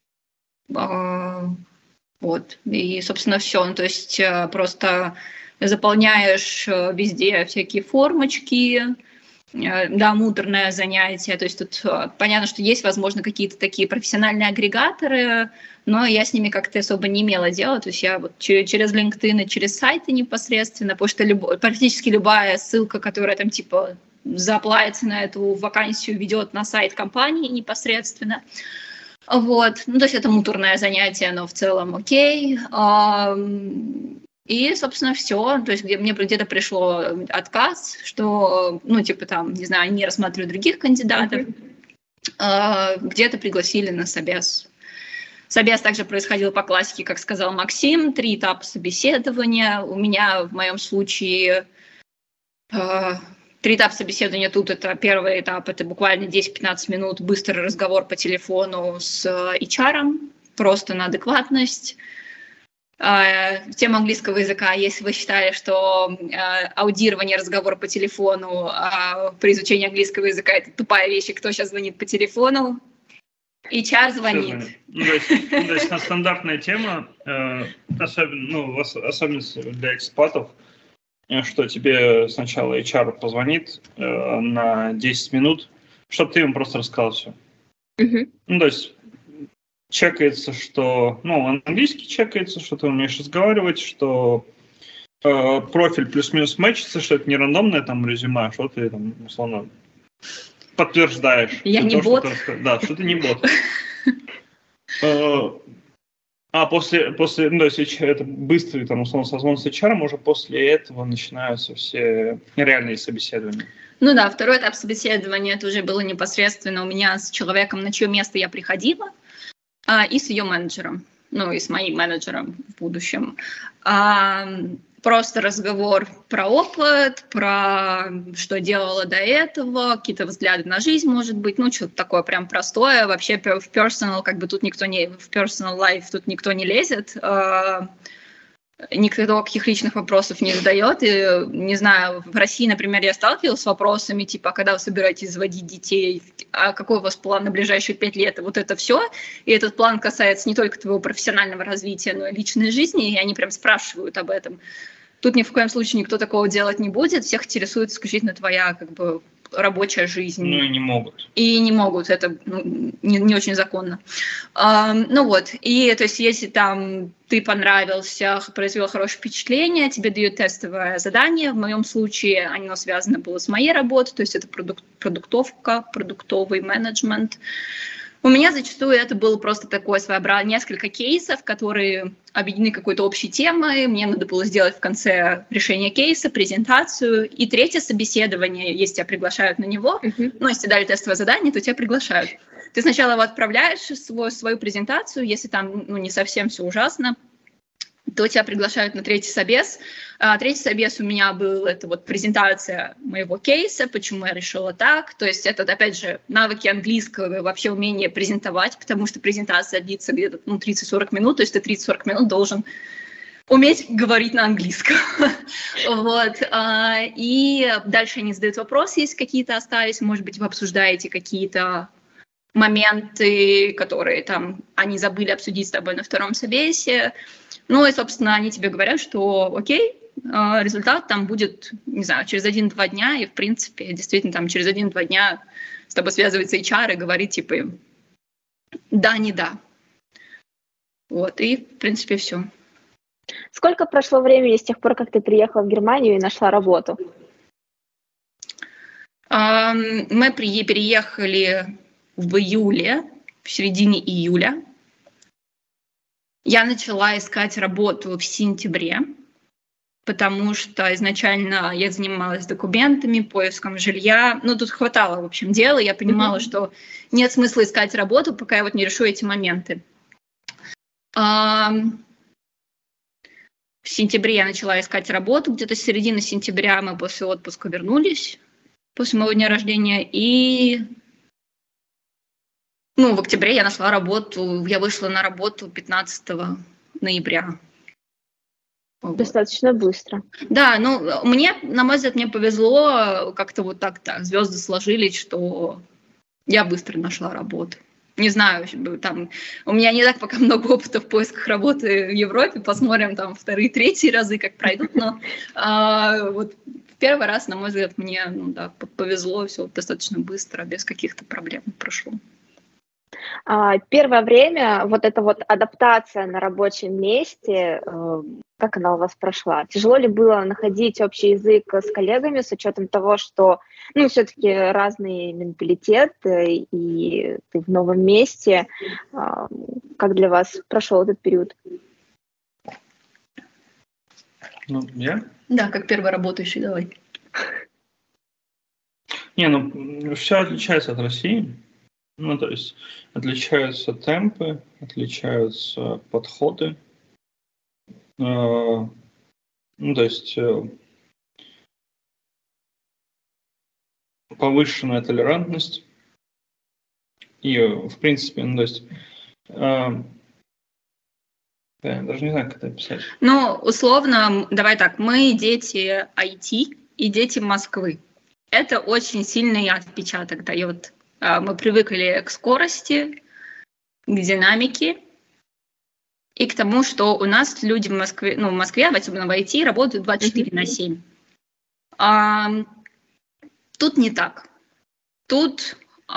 Вот. И, собственно, все. Ну, то есть просто заполняешь везде всякие формочки, да, муторное занятие. То есть тут понятно, что есть, возможно, какие-то такие профессиональные агрегаторы, но я с ними как-то особо не имела дела. То есть я вот через LinkedIn и через сайты непосредственно, потому что практически любая ссылка, которая там типа заплавится на эту вакансию, ведет на сайт компании непосредственно. Вот. Ну, то есть это муторное занятие, но в целом окей. И, собственно, все. То есть мне где-то пришло отказ, что, ну, типа там, не знаю, не рассматриваю других кандидатов. Где-то пригласили на собес. Собес также происходил по классике, как сказал Максим, 3 этапа собеседования. У меня в моем случае 3 этапа собеседования тут. Это первый этап, это буквально 10-15 минут, быстрый разговор по телефону с HR, просто на адекватность. Тема английского языка, если вы считали, что аудирование, разговор по телефону при изучении английского языка – это тупая вещь, и кто сейчас звонит по телефону, HR звонит. Ну, то есть стандартная тема, особенно для экспатов, что тебе сначала HR позвонит на 10 минут, чтобы ты ему просто рассказал все. Ну, то есть чекается, что, английский чекается, что ты умеешь разговаривать, что профиль плюс-минус мэчится, что это не рандомное там резюме, а что ты там, условно, подтверждаешь. Я не бот. Что ты не бот. После, то есть это быстрый, там, условно, созвон с HR, уже после этого начинаются все реальные собеседования. Ну да, второй этап собеседования, это уже было непосредственно у меня с человеком, на чье место я приходила, и с ее менеджером, и с моим менеджером в будущем. Просто разговор про опыт, про что делала до этого, какие-то взгляды на жизнь, может быть, что-то такое прям простое. Вообще в personal, в personal life тут никто не лезет, никто каких личных вопросов не задает. И, не знаю, в России, например, я сталкивалась с вопросами, типа, когда вы собираетесь заводить детей, а какой у вас план на ближайшие 5 лет, и вот это все. И этот план касается не только твоего профессионального развития, но и личной жизни, и они прям спрашивают об этом. Тут ни в коем случае никто такого делать не будет, всех интересует исключительно твоя, рабочая жизнь. И не могут. И не могут, это не очень законно. И то есть если там ты понравился, произвел хорошее впечатление, тебе дают тестовое задание, в моем случае оно связано было с моей работой, то есть это продуктовка, продуктовый менеджмент. У меня зачастую это было просто такое своеобразное, несколько кейсов, которые объединены какой-то общей темой. Мне надо было сделать в конце решение кейса, презентацию. И третье собеседование, если тебя приглашают на него, если дали тестовое задание, то тебя приглашают. Ты сначала его отправляешь, свою презентацию, если там не совсем все ужасно, то тебя приглашают на третий собес. Третий собес у меня был, это презентация моего кейса, почему я решила так. То есть это, опять же, навыки английского, вообще умение презентовать, потому что презентация длится где-то 30-40 минут, то есть ты 30-40 минут должен уметь говорить на английском. И дальше они задают вопросы, если какие-то остались, может быть, вы обсуждаете какие-то моменты, которые там они забыли обсудить с тобой на втором собесе. И, собственно, они тебе говорят, что окей, результат там будет, не знаю, через 1-2 дня, и, в принципе, действительно, там через 1-2 дня с тобой связывается HR и говорит, типа, да, не да. И, в принципе, все. Сколько прошло времени с тех пор, как ты приехала в Германию и нашла работу? Мы переехали в июле, в середине июля. Я начала искать работу в сентябре, потому что изначально я занималась документами, поиском жилья. Ну, тут хватало, в общем, дела. Я понимала, что нет смысла искать работу, пока я вот не решу эти моменты. В сентябре я начала искать работу. Где-то с середины сентября мы после отпуска вернулись, после моего дня рождения. И в октябре я нашла работу. Я вышла на работу 15 ноября. Достаточно быстро. Да, на мой взгляд, мне повезло, как-то вот так звезды сложились, что я быстро нашла работу. Не знаю, там, у меня не так пока много опыта в поисках работы в Европе, посмотрим там вторые, третьи разы, как пройдут, но вот в первый раз, на мой взгляд, мне повезло, все достаточно быстро, без каких-то проблем прошло. Первое время вот эта вот адаптация на рабочем месте, как она у вас прошла? Тяжело ли было находить общий язык с коллегами с учетом того, что, все-таки разный менталитет, и ты в новом месте? Как для вас прошел этот период? Я? Да, как первый работающий, давай. Все отличается от России. То есть отличаются темпы, отличаются подходы. То есть повышенная толерантность. И, в принципе, я даже не знаю, как это описать. Условно, давай так, мы дети IT и дети Москвы. Это очень сильный отпечаток дает. Мы привыкли к скорости, к динамике и к тому, что у нас люди в Москве, особенно в IT, работают 24/7. Тут не так. Тут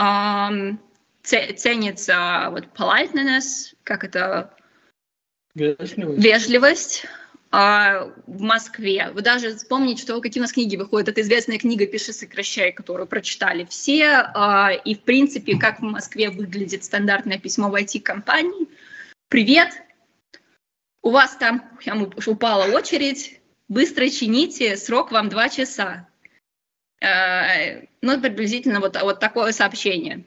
ценится politeness, как это? Вежливость. В Москве. Вы даже вспомните, какие у нас книги выходят. Это известная книга «Пиши, сокращай», которую прочитали все. И, в принципе, как в Москве выглядит стандартное письмо в IT-компании. Привет, у вас там упала очередь, быстро чините, срок вам 2 часа. Приблизительно вот такое сообщение.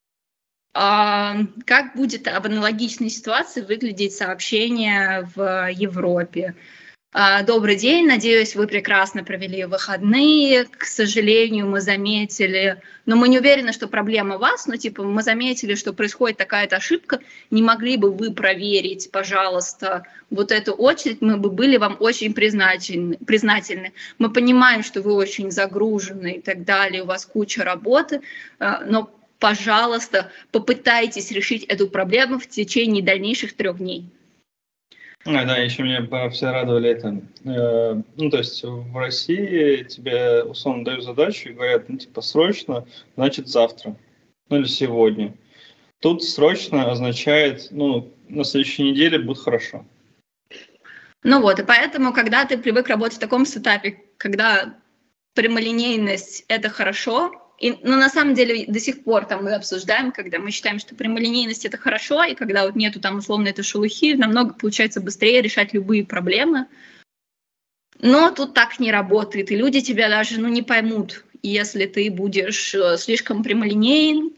Как будет в аналогичной ситуации выглядеть сообщение в Европе? Добрый день, надеюсь, вы прекрасно провели выходные. К сожалению, мы заметили, но мы не уверены, что проблема у вас, мы заметили, что происходит такая-то ошибка. Не могли бы вы проверить, пожалуйста, вот эту очередь? Мы бы были вам очень признательны. Мы понимаем, что вы очень загружены и так далее, у вас куча работы, но пожалуйста, попытайтесь решить эту проблему в течение дальнейших 3 дней. Да, еще меня все радовали это. То есть в России тебе условно дают задачу и говорят, срочно, значит завтра, или сегодня. Тут срочно означает, на следующей неделе будет хорошо. И поэтому, когда ты привык работать в таком сетапе, когда прямолинейность – это хорошо, на самом деле до сих пор мы обсуждаем, когда мы считаем, что прямолинейность – это хорошо, и когда нету условно этой шелухи, намного получается быстрее решать любые проблемы. Но тут так не работает, и люди тебя даже не поймут, если ты будешь слишком прямолинеен.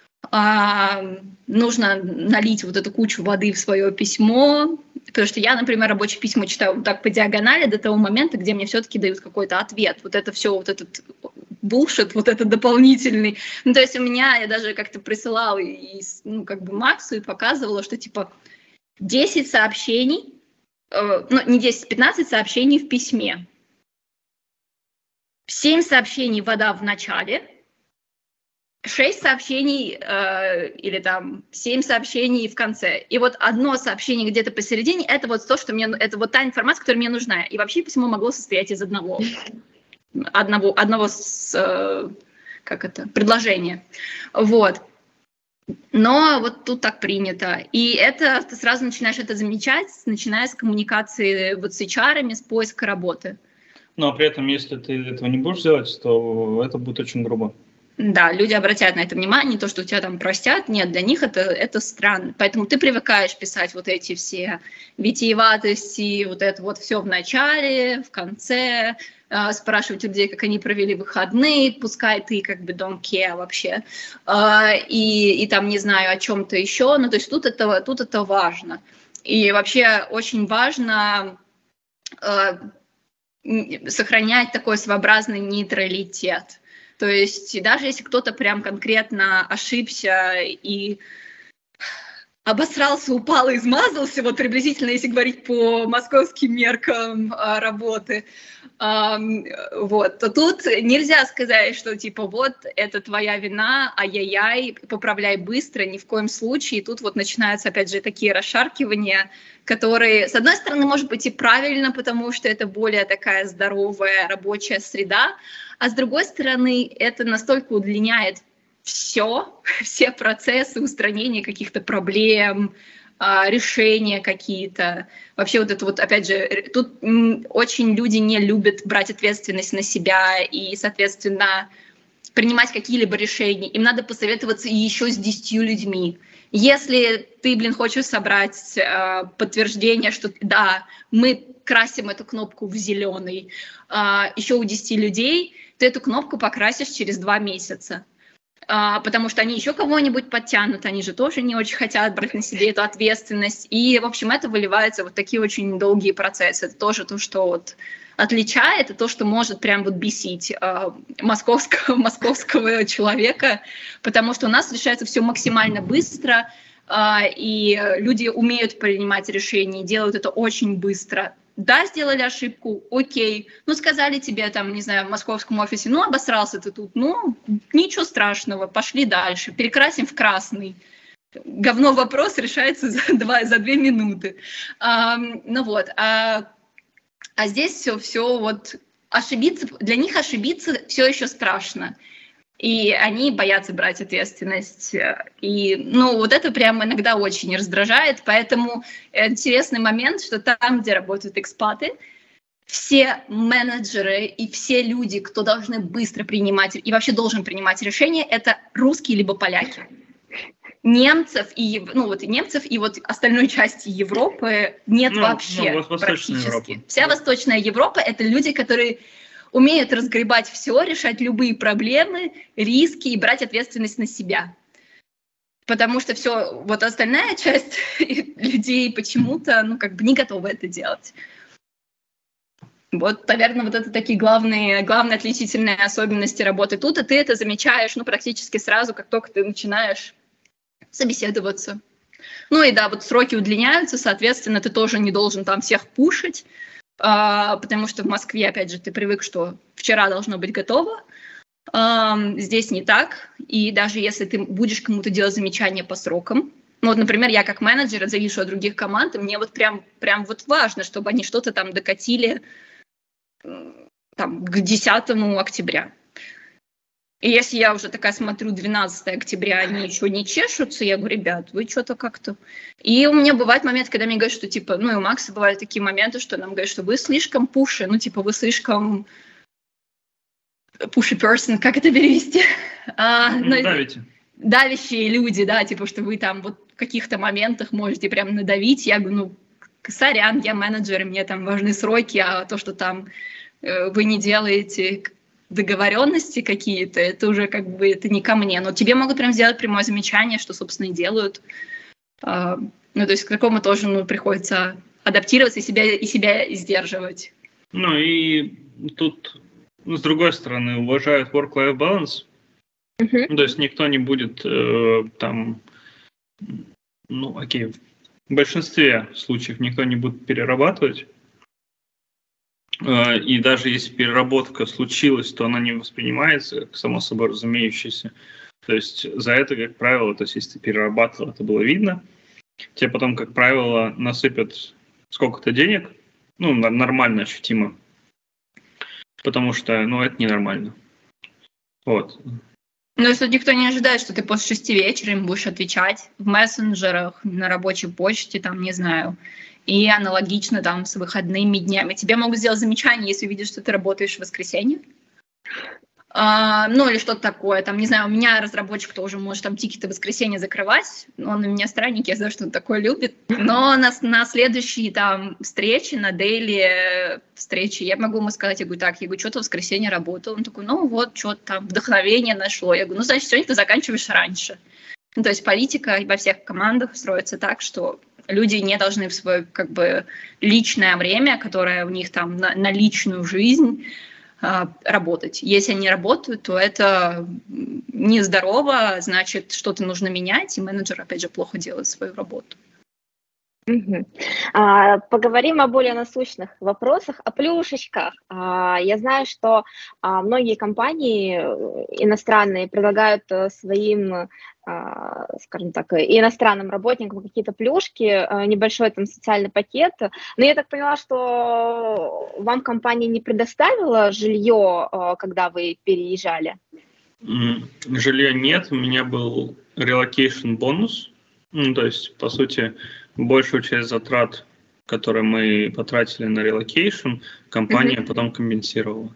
Нужно налить вот эту кучу воды в свое письмо, потому что я, например, рабочее письмо читаю так по диагонали до того момента, где мне все-таки дают какой-то ответ. Вот это все, вот этот булшит, вот этот дополнительный. То есть я даже как-то присылала Максу и показывала, что 10 сообщений, не 10, 15 сообщений в письме. 7 сообщений вода в начале, 6 сообщений или 7 сообщений в конце. И вот одно сообщение где-то посередине, это вот то, что это вот та информация, которая мне нужна. И вообще письмо могло состоять из одного предложения. Вот. Но вот тут так принято. И это ты сразу начинаешь это замечать, начиная с коммуникации вот с HR-ами, с поиска работы. Но при этом, если ты этого не будешь делать, то это будет очень грубо. Да, люди обратят на это внимание, не то, что тебя там простят, нет, для них это странно. Поэтому ты привыкаешь писать вот эти все витиеватости, вот это вот все в начале, в конце, спрашивать людей, как они провели выходные, пускай ты как бы don't care вообще, и там не знаю о чем-то еще, ну то есть тут это важно. И вообще очень важно сохранять такой своеобразный нейтралитет. То есть даже если кто-то прям конкретно ошибся и обосрался, упал и измазался, вот приблизительно, если говорить по московским меркам работы, вот, то тут нельзя сказать, что типа вот это твоя вина, ай-яй-яй, поправляй быстро, ни в коем случае. И тут вот начинаются опять же такие расшаркивания, которые, с одной стороны, может быть и правильно, потому что это более такая здоровая рабочая среда, а с другой стороны, это настолько удлиняет все процессы устранения каких-то проблем, решения какие-то. Вообще вот это вот, опять же, тут очень люди не любят брать ответственность на себя и, соответственно, принимать какие-либо решения. Им надо посоветоваться еще с 10 людьми. Если ты, хочешь собрать подтверждение, что да, мы красим эту кнопку в зеленый, еще у 10 людей, ты эту кнопку покрасишь через 2 месяца. Потому что они еще кого-нибудь подтянут, они же тоже не очень хотят брать на себе эту ответственность. И, в общем, это выливается в вот такие очень долгие процессы. Это тоже то, что вот отличает, и то, что может прям вот бесить московского человека, потому что у нас решается все максимально быстро, и люди умеют принимать решения, делают это очень быстро. Да, сделали ошибку, окей. Ну, сказали тебе, там, не знаю, в московском офисе, ну, обосрался ты тут, ну, ничего страшного, пошли дальше, перекрасим в красный. Говно вопрос решается за 2 минуты. Ну вот, а здесь все вот ошибиться, для них ошибиться все еще страшно. И они боятся брать ответственность. И, ну, вот это прямо иногда очень раздражает. Поэтому интересный момент, что там, где работают экспаты, все менеджеры и все люди, кто должны быстро принимать и вообще должен принимать решения, это русские либо поляки. Немцев и вот остальной части Европы нет вообще практически. Европа. Вся Восточная Европа — это люди, которые умеют разгребать все, решать любые проблемы, риски и брать ответственность на себя. Потому что все, вот остальная часть людей почему-то, ну, как бы не готова это делать. Вот, наверное, вот это такие главные отличительные особенности работы тут, и ты это замечаешь, ну, практически сразу, как только ты начинаешь собеседоваться. Ну и да, вот сроки удлиняются, соответственно, ты тоже не должен там всех пушить, потому что в Москве, опять же, ты привык, что вчера должно быть готово. Здесь не так. И даже если ты будешь кому-то делать замечания по срокам, ну вот, например, я как менеджер завишу от других команд, и мне вот прям вот важно, чтобы они что-то там докатили там, к 10 октября. И если я уже такая смотрю, 12 октября, они еще не чешутся, я говорю, ребят, вы что-то как-то... И у меня бывает момент, когда мне говорят, что типа, ну и у Макса бывают такие моменты, что нам говорят, что вы слишком пуши, ну типа вы слишком pushy person, как это перевести? Давите. Давящие люди, да, типа, что вы там вот в каких-то моментах можете прям надавить. Я говорю, ну, сорян, я менеджер, и мне там важны сроки, а то, что там вы не делаете договоренности какие-то, это уже как бы это не ко мне. Но тебе могут прям сделать прямое замечание, что, собственно, и делают. Ну, то есть к такому тоже приходится адаптироваться и себя сдерживать. Ну, и тут, с другой стороны, уважают work-life balance. Uh-huh. То есть никто не будет там, ну, окей, в большинстве случаев никто не будет перерабатывать. И даже если переработка случилась, то она не воспринимается как само собой разумеющееся. То есть за это, как правило, то есть если ты перерабатывал, это было видно, тебе потом, как правило, насыпят сколько-то денег, ну, нормально, ощутимо, потому что, ну, это ненормально. Вот. Ну, что никто не ожидает, что ты после 6 вечера им будешь отвечать в мессенджерах, на рабочей почте, там, не знаю, и аналогично там с выходными днями. Тебе могут сделать замечание, если видят, что ты работаешь в воскресенье. Ну, или что-то такое. Там, не знаю, у меня разработчик тоже может там тикеты в воскресенье закрывать. Он у меня странник, я знаю, что он такое любит. Но на следующие там встречи, на дейли встречи, я могу ему сказать, я говорю, что-то в воскресенье работал. Он такой, ну вот, что-то там, вдохновение нашло. Я говорю, ну, значит, сегодня ты заканчиваешь раньше. Ну, то есть политика во всех командах строится так, что люди не должны в свое, как бы, личное время, которое у них там на личную жизнь, работать. Если они работают, то это нездорово, значит, что-то нужно менять, и менеджер, опять же, плохо делает свою работу. Поговорим о более насущных вопросах, о плюшечках. Я знаю, что многие компании иностранные предлагают своим, скажем так, иностранным работникам какие-то плюшки, небольшой там социальный пакет. Но я так поняла, что вам компания не предоставила жилье, когда вы переезжали? Жилья нет, у меня был relocation бонус. Ну, то есть, по сути, большую часть затрат, которые мы потратили на relocation, компания потом компенсировала.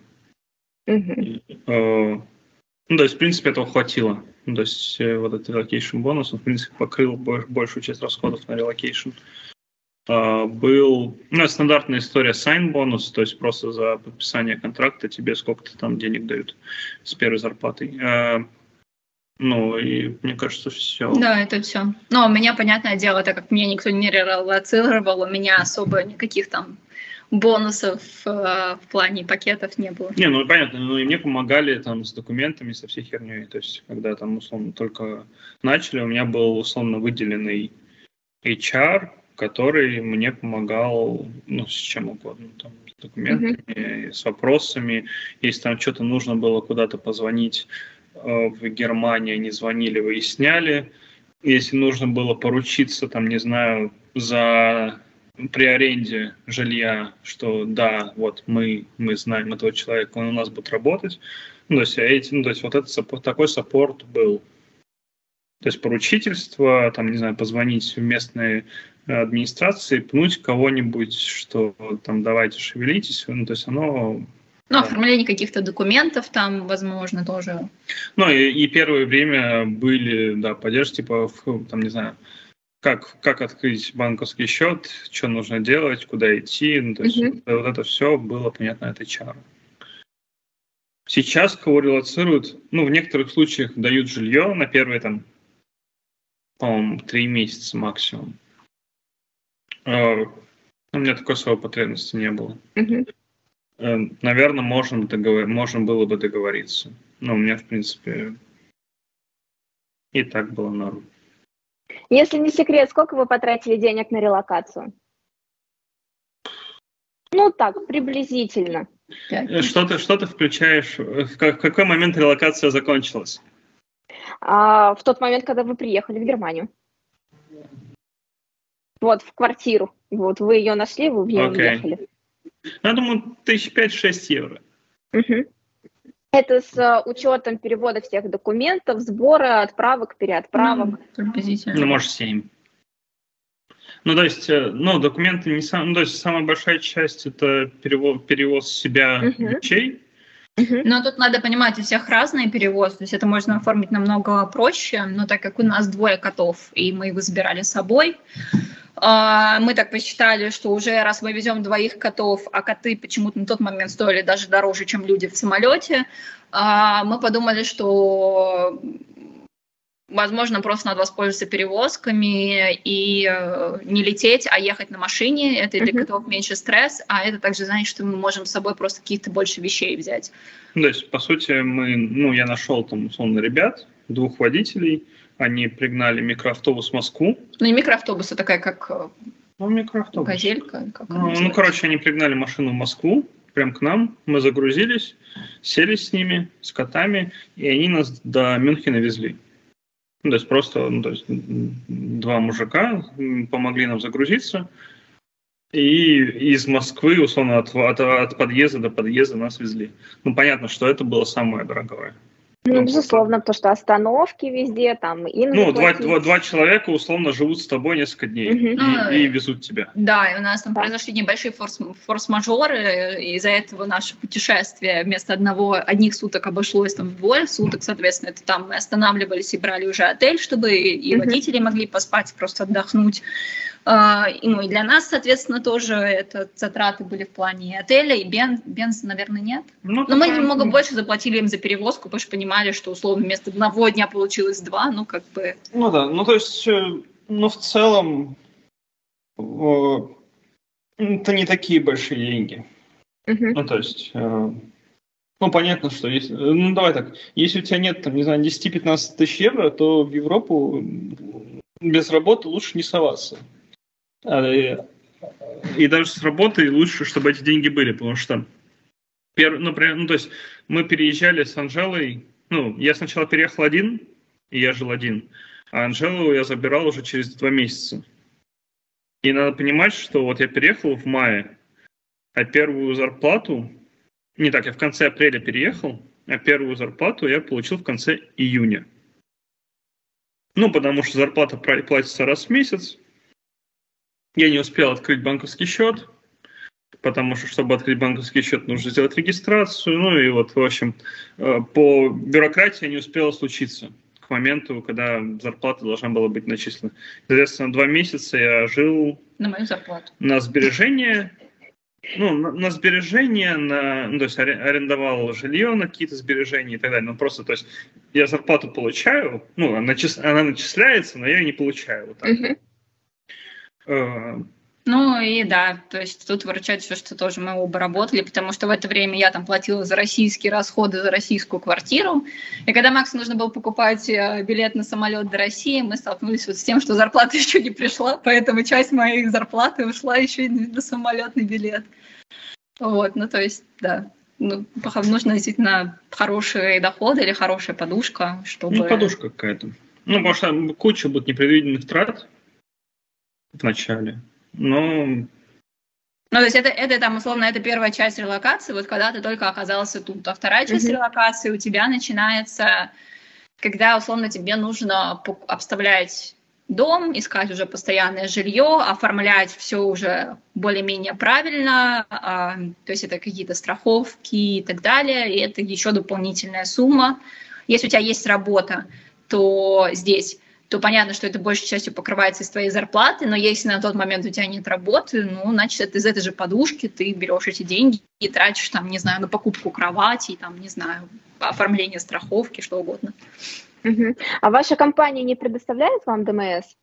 Ну, то есть, в принципе, этого хватило. Ну, то есть, вот этот relocation бонус, он, в принципе, покрыл большую часть расходов на relocation. Был, стандартная история sign бонус, то есть просто за подписание контракта тебе сколько-то там денег дают с первой зарплатой. Ну, и мне кажется, все. Да, это все. Но у меня, понятное дело, так как меня никто не релоцировал, у меня особо никаких там бонусов в плане пакетов не было. Не, ну понятно, ну и мне помогали там с документами, со всей херней. То есть, когда там, условно, только начали, у меня был, условно, выделенный HR, который мне помогал, ну, с чем угодно, там, с документами, с вопросами. Если там что-то нужно было куда-то позвонить в Германии, они звонили, выясняли. Если нужно было поручиться, там, не знаю, при аренде жилья, что да, вот мы знаем этого человека, он у нас будет работать. Ну, то есть, вот это, такой саппорт был. То есть поручительство, там, не знаю, позвонить в местные администрации, пнуть кого-нибудь, что там давайте шевелитесь, ну, то есть оно... Ну, оформление каких-то документов там, возможно, тоже. Ну, и первое время были, да, поддержки, типа, там, не знаю, как открыть банковский счет, что нужно делать, куда идти, ну, то есть вот это все было понятно от HR. Сейчас кого релоцируют, ну, в некоторых случаях дают жилье на первые, там, по-моему, 3 месяца максимум. У меня такой своей потребности не было. Наверное, можно было бы договориться. Но у меня, в принципе, и так было норм. Если не секрет, сколько вы потратили денег на релокацию? Ну так, приблизительно. Что ты включаешь? В какой момент релокация закончилась? В тот момент, когда вы приехали в Германию. Вот, в квартиру. Вот, вы ее нашли, вы в нее уехали. Я думаю, 5-6 евро. Это с учетом перевода всех документов, сбора, отправок, переотправок. Ну, может, 7. Ну, то есть, документы не самые... Ну, то есть, самая большая часть – это перевоз себя вещей. Но тут надо понимать, у всех разные перевозы, то есть это можно оформить намного проще, но так как у нас 2 котов, и мы их забирали с собой, мы так посчитали, что уже раз мы везем 2 котов, а коты почему-то на тот момент стоили даже дороже, чем люди в самолете, мы подумали, что, возможно, просто надо воспользоваться перевозками и не лететь, а ехать на машине. Это для котов меньше стресс, а это также значит, что мы можем с собой просто каких-то больше вещей взять. То есть, по сути, я нашел там, условно, ребят, 2 водителей, они пригнали микроавтобус в Москву. Ну, не микроавтобус, а такая как микроавтобус. Газелька. Короче, они пригнали машину в Москву, прям к нам, мы загрузились, сели с ними, с котами, и они нас до Мюнхена везли. То есть просто 2 мужика помогли нам загрузиться, и из Москвы, условно, от подъезда до подъезда нас везли. Ну, понятно, что это было самое дорогое. Ну, безусловно, потому что остановки везде, там, два человека условно живут с тобой несколько дней и везут тебя. Да, и у нас там произошли небольшие форс-мажоры, и из-за этого наше путешествие вместо одних суток обошлось там в 2 суток, соответственно, это там мы останавливались и брали уже отель, чтобы и водители могли поспать, просто отдохнуть. И для нас, соответственно, тоже это затраты были в плане отеля, и бенз, наверное, нет. Но мы немного больше заплатили им за перевозку, потому что понимали, что условно вместо 1 дня получилось 2, Ну да, то есть, в целом, это не такие большие деньги. То есть, понятно, что если, давай так, если у тебя нет, там, не знаю, 10-15 тысяч евро, то в Европу без работы лучше не соваться. И даже с работой лучше, чтобы эти деньги были, потому что, то есть мы переезжали с Анжелой, я сначала переехал один, и я жил один, а Анжелу я забирал уже через 2 месяца. И надо понимать, что вот я переехал в мае, а первую зарплату, я в конце апреля переехал, а первую зарплату я получил в конце июня. Потому что зарплата платится раз в месяц. Я не успел открыть банковский счет, потому что, чтобы открыть банковский счет, нужно сделать регистрацию. И в общем, по бюрократии не успело случиться к моменту, когда зарплата должна была быть начислена. Соответственно, 2 месяца я жил на мою зарплату. На сбережения, то есть арендовал жилье на какие-то сбережения и так далее. То есть я зарплату получаю, она начисляется, но я ее не получаю. Вот так. То есть тут выручает все, что тоже мы оба работали, потому что в это время я там платила за российские расходы, за российскую квартиру, и когда Максу нужно было покупать билет на самолет до России, мы столкнулись с тем, что зарплата еще не пришла, поэтому часть моей зарплаты ушла еще и на самолетный билет. То есть, да, нужно действительно хорошие доходы или хорошая подушка, чтобы... Подушка какая-то. Потому что куча будет непредвиденных трат в начале. То есть это там, условно, это первая часть релокации, когда ты только оказался тут. А вторая часть релокации у тебя начинается, когда, условно, тебе нужно обставлять дом, искать уже постоянное жилье, оформлять все уже более-менее правильно, то есть это какие-то страховки и так далее, и это еще дополнительная сумма. Если у тебя есть работа, то понятно, что это большей частью покрывается из твоей зарплаты, но если на тот момент у тебя нет работы, значит, это из этой же подушки ты берешь эти деньги и тратишь, на покупку кровати, оформление страховки, что угодно. А ваша компания не предоставляет вам ДМС?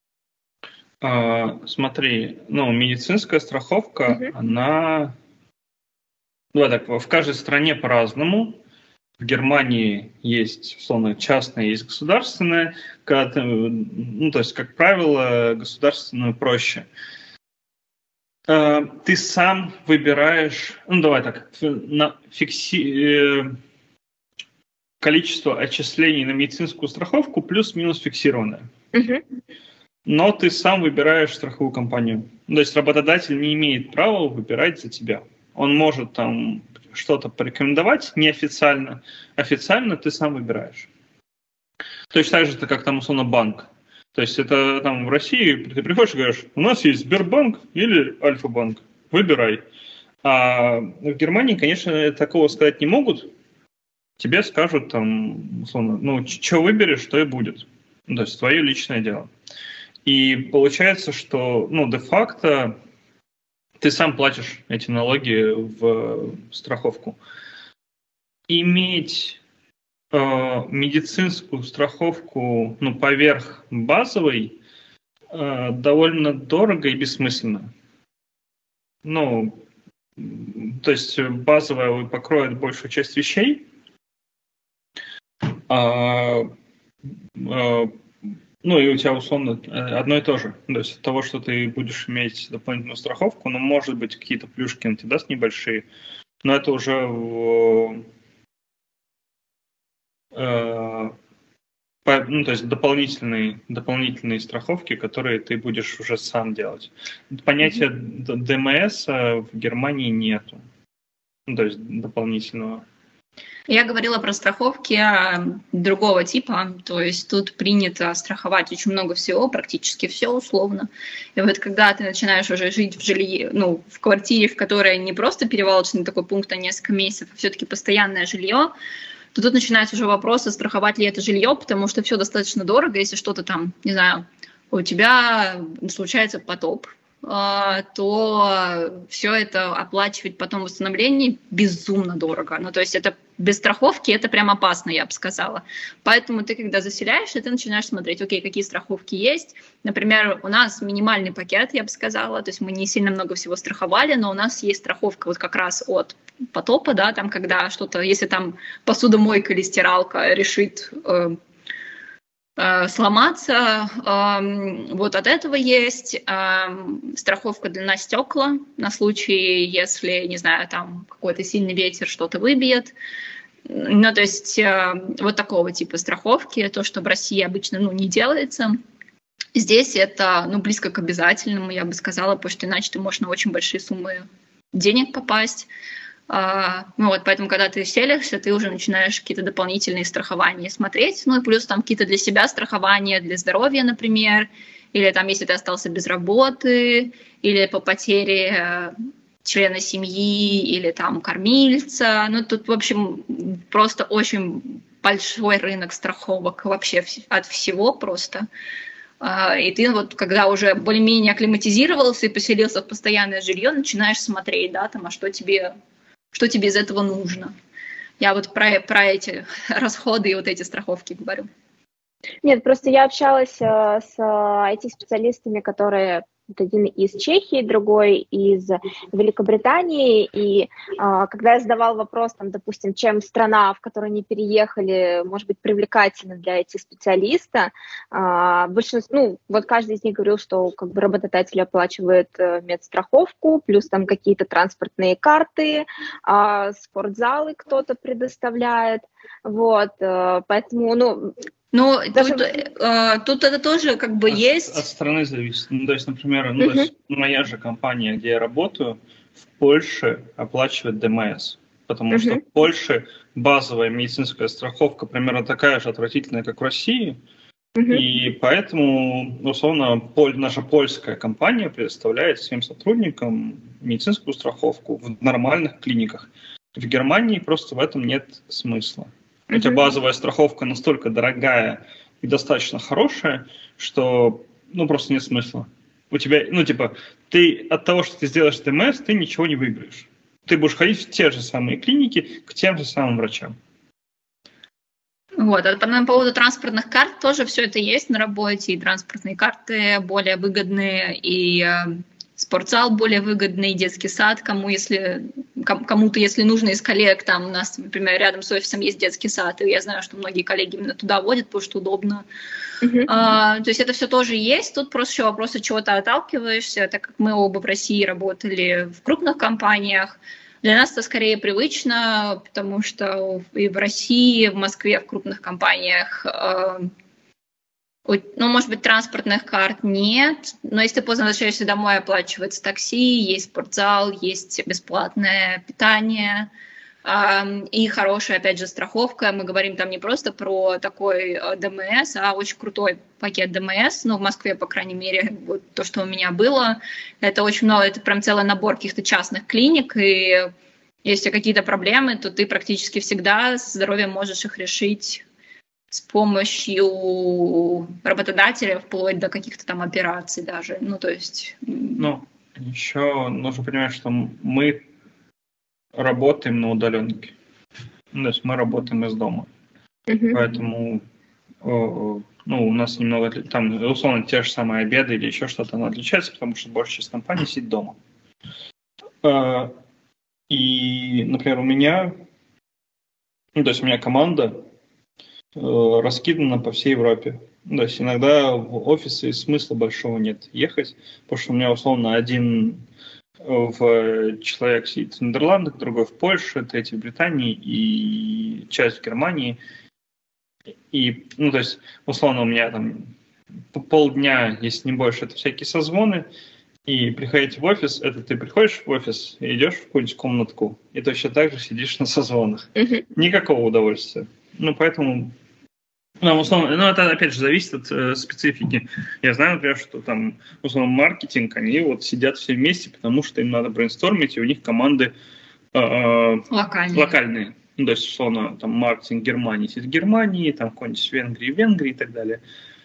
Смотри, медицинская страховка, она... в каждой стране по-разному. В Германии есть, условно, частная, есть государственная. То есть, как правило, государственную проще. Ты сам выбираешь, количество отчислений на медицинскую страховку плюс-минус фиксированное. Но ты сам выбираешь страховую компанию. То есть работодатель не имеет права выбирать за тебя. Он может там что-то порекомендовать неофициально, официально ты сам выбираешь. Точно так же, как там, условно, банк. То есть это там в России ты приходишь и говоришь, у нас есть Сбербанк или Альфа-банк, выбирай. А в Германии, конечно, такого сказать не могут. Тебе скажут там, условно, что выберешь, то и будет. То есть твое личное дело. И получается, что, де-факто ты сам платишь эти налоги в страховку. Иметь медицинскую страховку поверх базовой довольно дорого и бессмысленно. То есть базовая покроет большую часть вещей, и у тебя, условно, одно и то же. То есть от того, что ты будешь иметь дополнительную страховку, может быть, какие-то плюшки он тебе даст небольшие, но это уже то есть дополнительные страховки, которые ты будешь уже сам делать. Понятия ДМС в Германии нету. То есть дополнительного. Я говорила про страховки другого типа, то есть тут принято страховать очень много всего, практически все условно. И вот когда ты начинаешь уже жить в жилье, ну, в квартире, в которой не просто перевалочный такой пункт, а несколько месяцев, а все-таки постоянное жилье, то тут начинается уже вопрос, страховать ли это жилье, потому что все достаточно дорого, если что-то там, не знаю, у тебя случается потоп, то все это оплачивать потом восстановление безумно дорого. Ну, то есть это без страховки это прям опасно, я бы сказала. Поэтому ты, когда заселяешься, ты начинаешь смотреть, окей, какие страховки есть. Например, у нас минимальный пакет, я бы сказала, то есть мы не сильно много всего страховали, но у нас есть страховка вот как раз от потопа, да, там, когда что-то, если там посудомойка или стиралка решит сломаться. Вот от этого есть страховка на стекла на случай, если, не знаю, там какой-то сильный ветер что-то выбьет. Ну, то есть вот такого типа страховки, то, что в России обычно не делается. Здесь это близко к обязательному, я бы сказала, потому что иначе ты можешь на очень большие суммы денег попасть. Вот, поэтому, когда ты селишься, ты уже начинаешь какие-то дополнительные страхования смотреть, и плюс там какие-то для себя страхования, для здоровья, например, или там, если ты остался без работы, или по потере члена семьи, или там кормильца. Тут, в общем, просто очень большой рынок страховок вообще от всего просто. И ты вот, когда уже более-менее акклиматизировался и поселился в постоянное жилье, начинаешь смотреть, да, там, что тебе из этого нужно. Я вот про эти расходы и вот эти страховки говорю. Нет, просто я общалась с IT-специалистами, которые один из Чехии, другой из Великобритании, и когда я задавала вопрос, там, допустим, чем страна, в которую они переехали, может быть привлекательна для IT-специалиста, большинство, вот каждый из них говорил, что как бы работодатель оплачивает медстраховку, плюс там какие-то транспортные карты, спортзалы кто-то предоставляет, вот, поэтому, тут это тоже как бы есть. От страны зависит. То есть, например, то есть моя же компания, где я работаю, в Польше оплачивает ДМС, потому что в Польше базовая медицинская страховка примерно такая же отвратительная, как в России, и поэтому, условно, наша польская компания предоставляет всем сотрудникам медицинскую страховку в нормальных клиниках. В Германии просто в этом нет смысла. Хотя базовая страховка настолько дорогая и достаточно хорошая, что, просто нет смысла. У тебя, ты от того, что ты сделаешь ДМС, ты ничего не выиграешь. Ты будешь ходить в те же самые клиники, к тем же самым врачам. Вот, по поводу транспортных карт тоже все это есть на работе, и транспортные карты более выгодные, и спортзал более выгодный, детский сад, кому-то, если нужно из коллег, там у нас, например, рядом с офисом есть детский сад, и я знаю, что многие коллеги именно туда водят, потому что удобно. То есть это все тоже есть, тут просто еще вопрос, от чего ты отталкиваешься, так как мы оба в России работали в крупных компаниях, для нас это скорее привычно, потому что и в России, в Москве, в крупных компаниях может быть, транспортных карт нет, но если ты поздно возвращаешься домой, оплачивается такси, есть спортзал, есть бесплатное питание и хорошая, опять же, страховка. Мы говорим там не просто про такой ДМС, а очень крутой пакет ДМС, в Москве, по крайней мере, вот то, что у меня было, это очень много, это прям целый набор каких-то частных клиник, и если какие-то проблемы, то ты практически всегда с здоровьем можешь их решить с помощью работодателя, вплоть до каких-то там операций даже. Еще нужно понимать, что мы работаем на удаленке. То есть мы работаем из дома. Поэтому у нас немного, там, условно, те же самые обеды или еще что-то, оно отличается, потому что большая часть компании сидит дома. И, например, у меня команда раскидана по всей Европе. То есть иногда в офисы смысла большого нет ехать, потому что у меня условно один человек сидит в Нидерландах, другой в Польше, третий в Британии и часть в Германии. И, то есть, условно, у меня там полдня, если не больше, это всякие созвоны, И приходить в офис, это ты приходишь в офис и идешь в какую-нибудь комнатку, и точно так же сидишь на созвонах. Никакого удовольствия. Ну, поэтому, ну, условно, ну, это, опять же, зависит от специфики. Я знаю, например, что там, условно, маркетинг, они вот сидят все вместе, потому что им надо брейнстормить, и у них команды локальные. Ну, то есть, условно, там, маркетинг Германии сидит в Германии, там, какой-нибудь в Венгрии и так далее.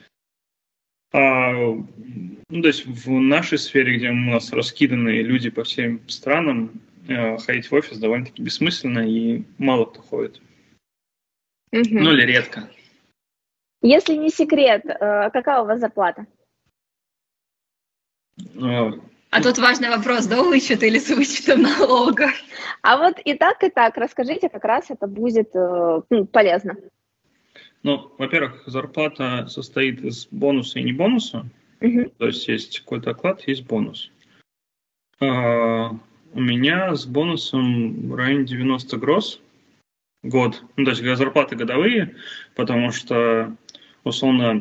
Ну, то есть в нашей сфере, где у нас раскиданы люди по всем странам, ходить в офис довольно-таки бессмысленно, и мало кто ходит. Ну, или редко. Если не секрет, какая у вас зарплата? А тут важный вопрос, до вычета или с вычетом налогов? А вот и так, расскажите, как раз это будет полезно. Ну, во-первых, зарплата состоит из бонуса и не бонуса. То есть есть какой-то оклад, есть бонус. У меня с бонусом в районе 90 гроз год. Ну, то есть зарплаты годовые, потому что, условно,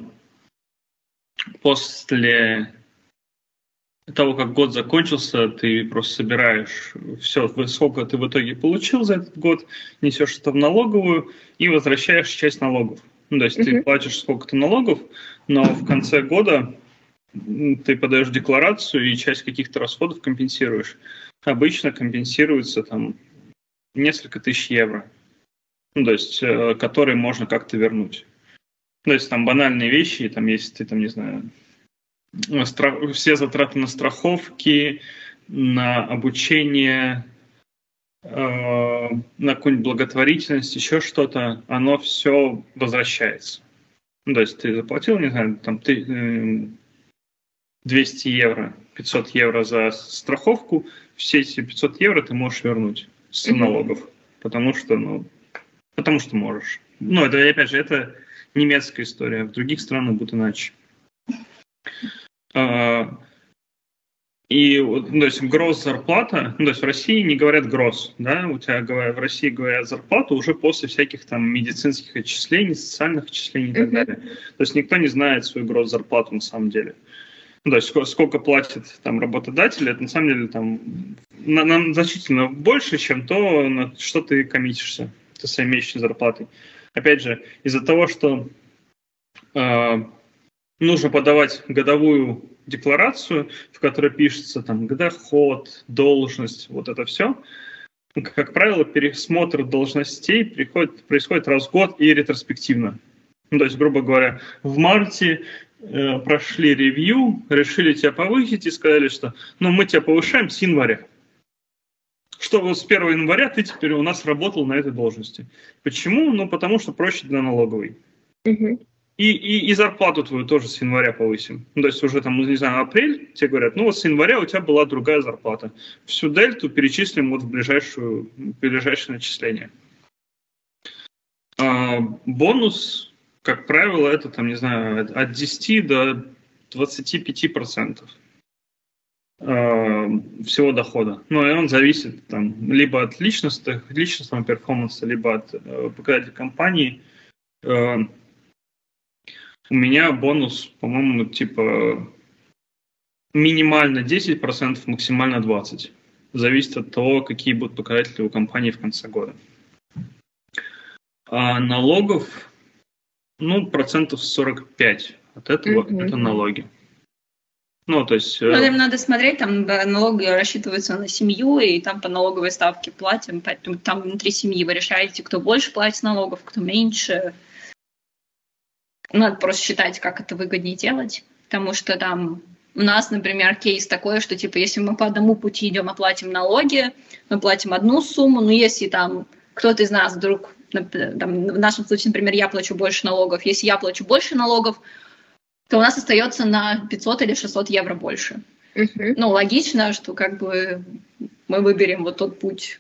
после того, как год закончился, ты просто собираешь все, сколько ты в итоге получил за этот год, несешь это в налоговую и возвращаешь часть налогов. Ну, то есть ты платишь сколько-то налогов, но в конце года ты подаешь декларацию и часть каких-то расходов компенсируешь. Обычно компенсируется там несколько тысяч евро, ну, то есть которые можно как-то вернуть. То есть там банальные вещи, там если ты там, не знаю, все затраты на страховки, на обучение, на какую-нибудь благотворительность, еще что-то, оно все возвращается. Ну, то есть ты заплатил, не знаю, там 200 евро, 500 евро за страховку, все эти 500 евро ты можешь вернуть с налогов, потому что можешь. Ну, это, опять же, это немецкая история, в других странах будет иначе. И, то есть, гроз зарплата, ну, то есть в России не говорят гроз, да, у тебя в России говорят зарплату уже после всяких там медицинских отчислений, социальных отчислений и так далее. То есть никто не знает свою гроз зарплату на самом деле. Ну, то есть сколько платит там работодатель, это на самом деле там нам значительно больше, чем то, на что ты коммитишься со своей месячной зарплатой. Опять же, из-за того, что нужно подавать годовую декларацию, в которой пишется там доход, должность, вот это все. Как правило, пересмотр должностей происходит раз в год и ретроспективно. Ну, то есть, грубо говоря, в марте прошли ревью, решили тебя повысить и сказали, что мы тебя повышаем с января. Что вот с 1 января ты теперь у нас работал на этой должности. Почему? Ну, потому что проще для налоговой. И зарплату твою тоже с января повысим. Ну, то есть уже там, не знаю, апрель, тебе говорят, вот с января у тебя была другая зарплата. Всю дельту перечислим вот в ближайшее начисление. Бонус, как правило, это там, не знаю, от 10 до 25% всего дохода. Ну, и он зависит там либо от личностного перформанса, либо от показателей компании. У меня бонус, по-моему, типа минимально 10%, максимально 20%. Зависит от того, какие будут показатели у компании в конце года. А налогов, 45% от этого это налоги. Ну, то есть... им надо смотреть, там налоги рассчитываются на семью, и там по налоговой ставке платим, поэтому там внутри семьи вы решаете, кто больше платит налогов, кто меньше. Надо просто считать, как это выгоднее делать, потому что там у нас, например, кейс такой, что типа если мы по одному пути идем, оплатим налоги, мы платим одну сумму, но если там кто-то из нас вдруг, там, в нашем случае, например, я плачу больше налогов, если я плачу больше налогов, то у нас остается на 500 или 600 евро больше. Логично, что как бы мы выберем вот тот путь.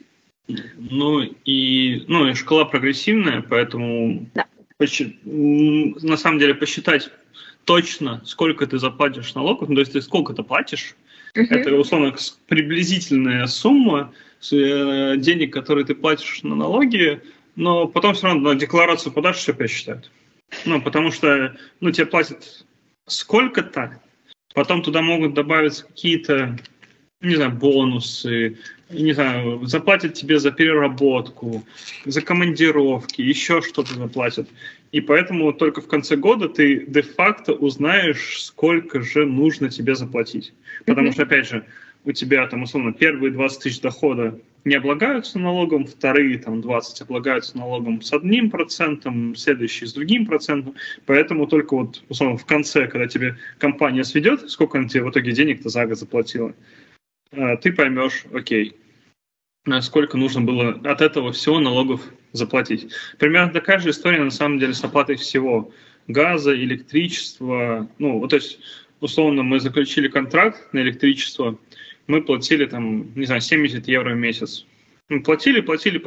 И шкала прогрессивная, поэтому... Да. На самом деле посчитать точно, сколько ты заплатишь налогов, то есть ты сколько ты платишь, это условно приблизительная сумма денег, которые ты платишь на налоги, но потом все равно на декларацию подашь, все посчитают. Потому что тебе платят сколько-то, Потом туда могут добавиться какие-то, не знаю, бонусы, не знаю, заплатят тебе за переработку, за командировки, еще что-то заплатят. И поэтому только в конце года ты де-факто узнаешь, сколько же нужно тебе заплатить. Потому что, опять же, у тебя там, условно, первые 20 тысяч дохода не облагаются налогом, вторые там 20 облагаются налогом с 1%, следующие с другим процентом. Поэтому только вот, условно, в конце, когда тебе компания сведет, сколько она тебе в итоге денег-то за год заплатила, ты поймешь, окей, сколько нужно было от этого всего налогов заплатить. Примерно такая же история, на самом деле, с оплатой всего. Газа, электричества. Ну, вот, то есть, условно, мы заключили контракт на электричество, мы платили, там, не знаю, 70 евро в месяц. Мы платили.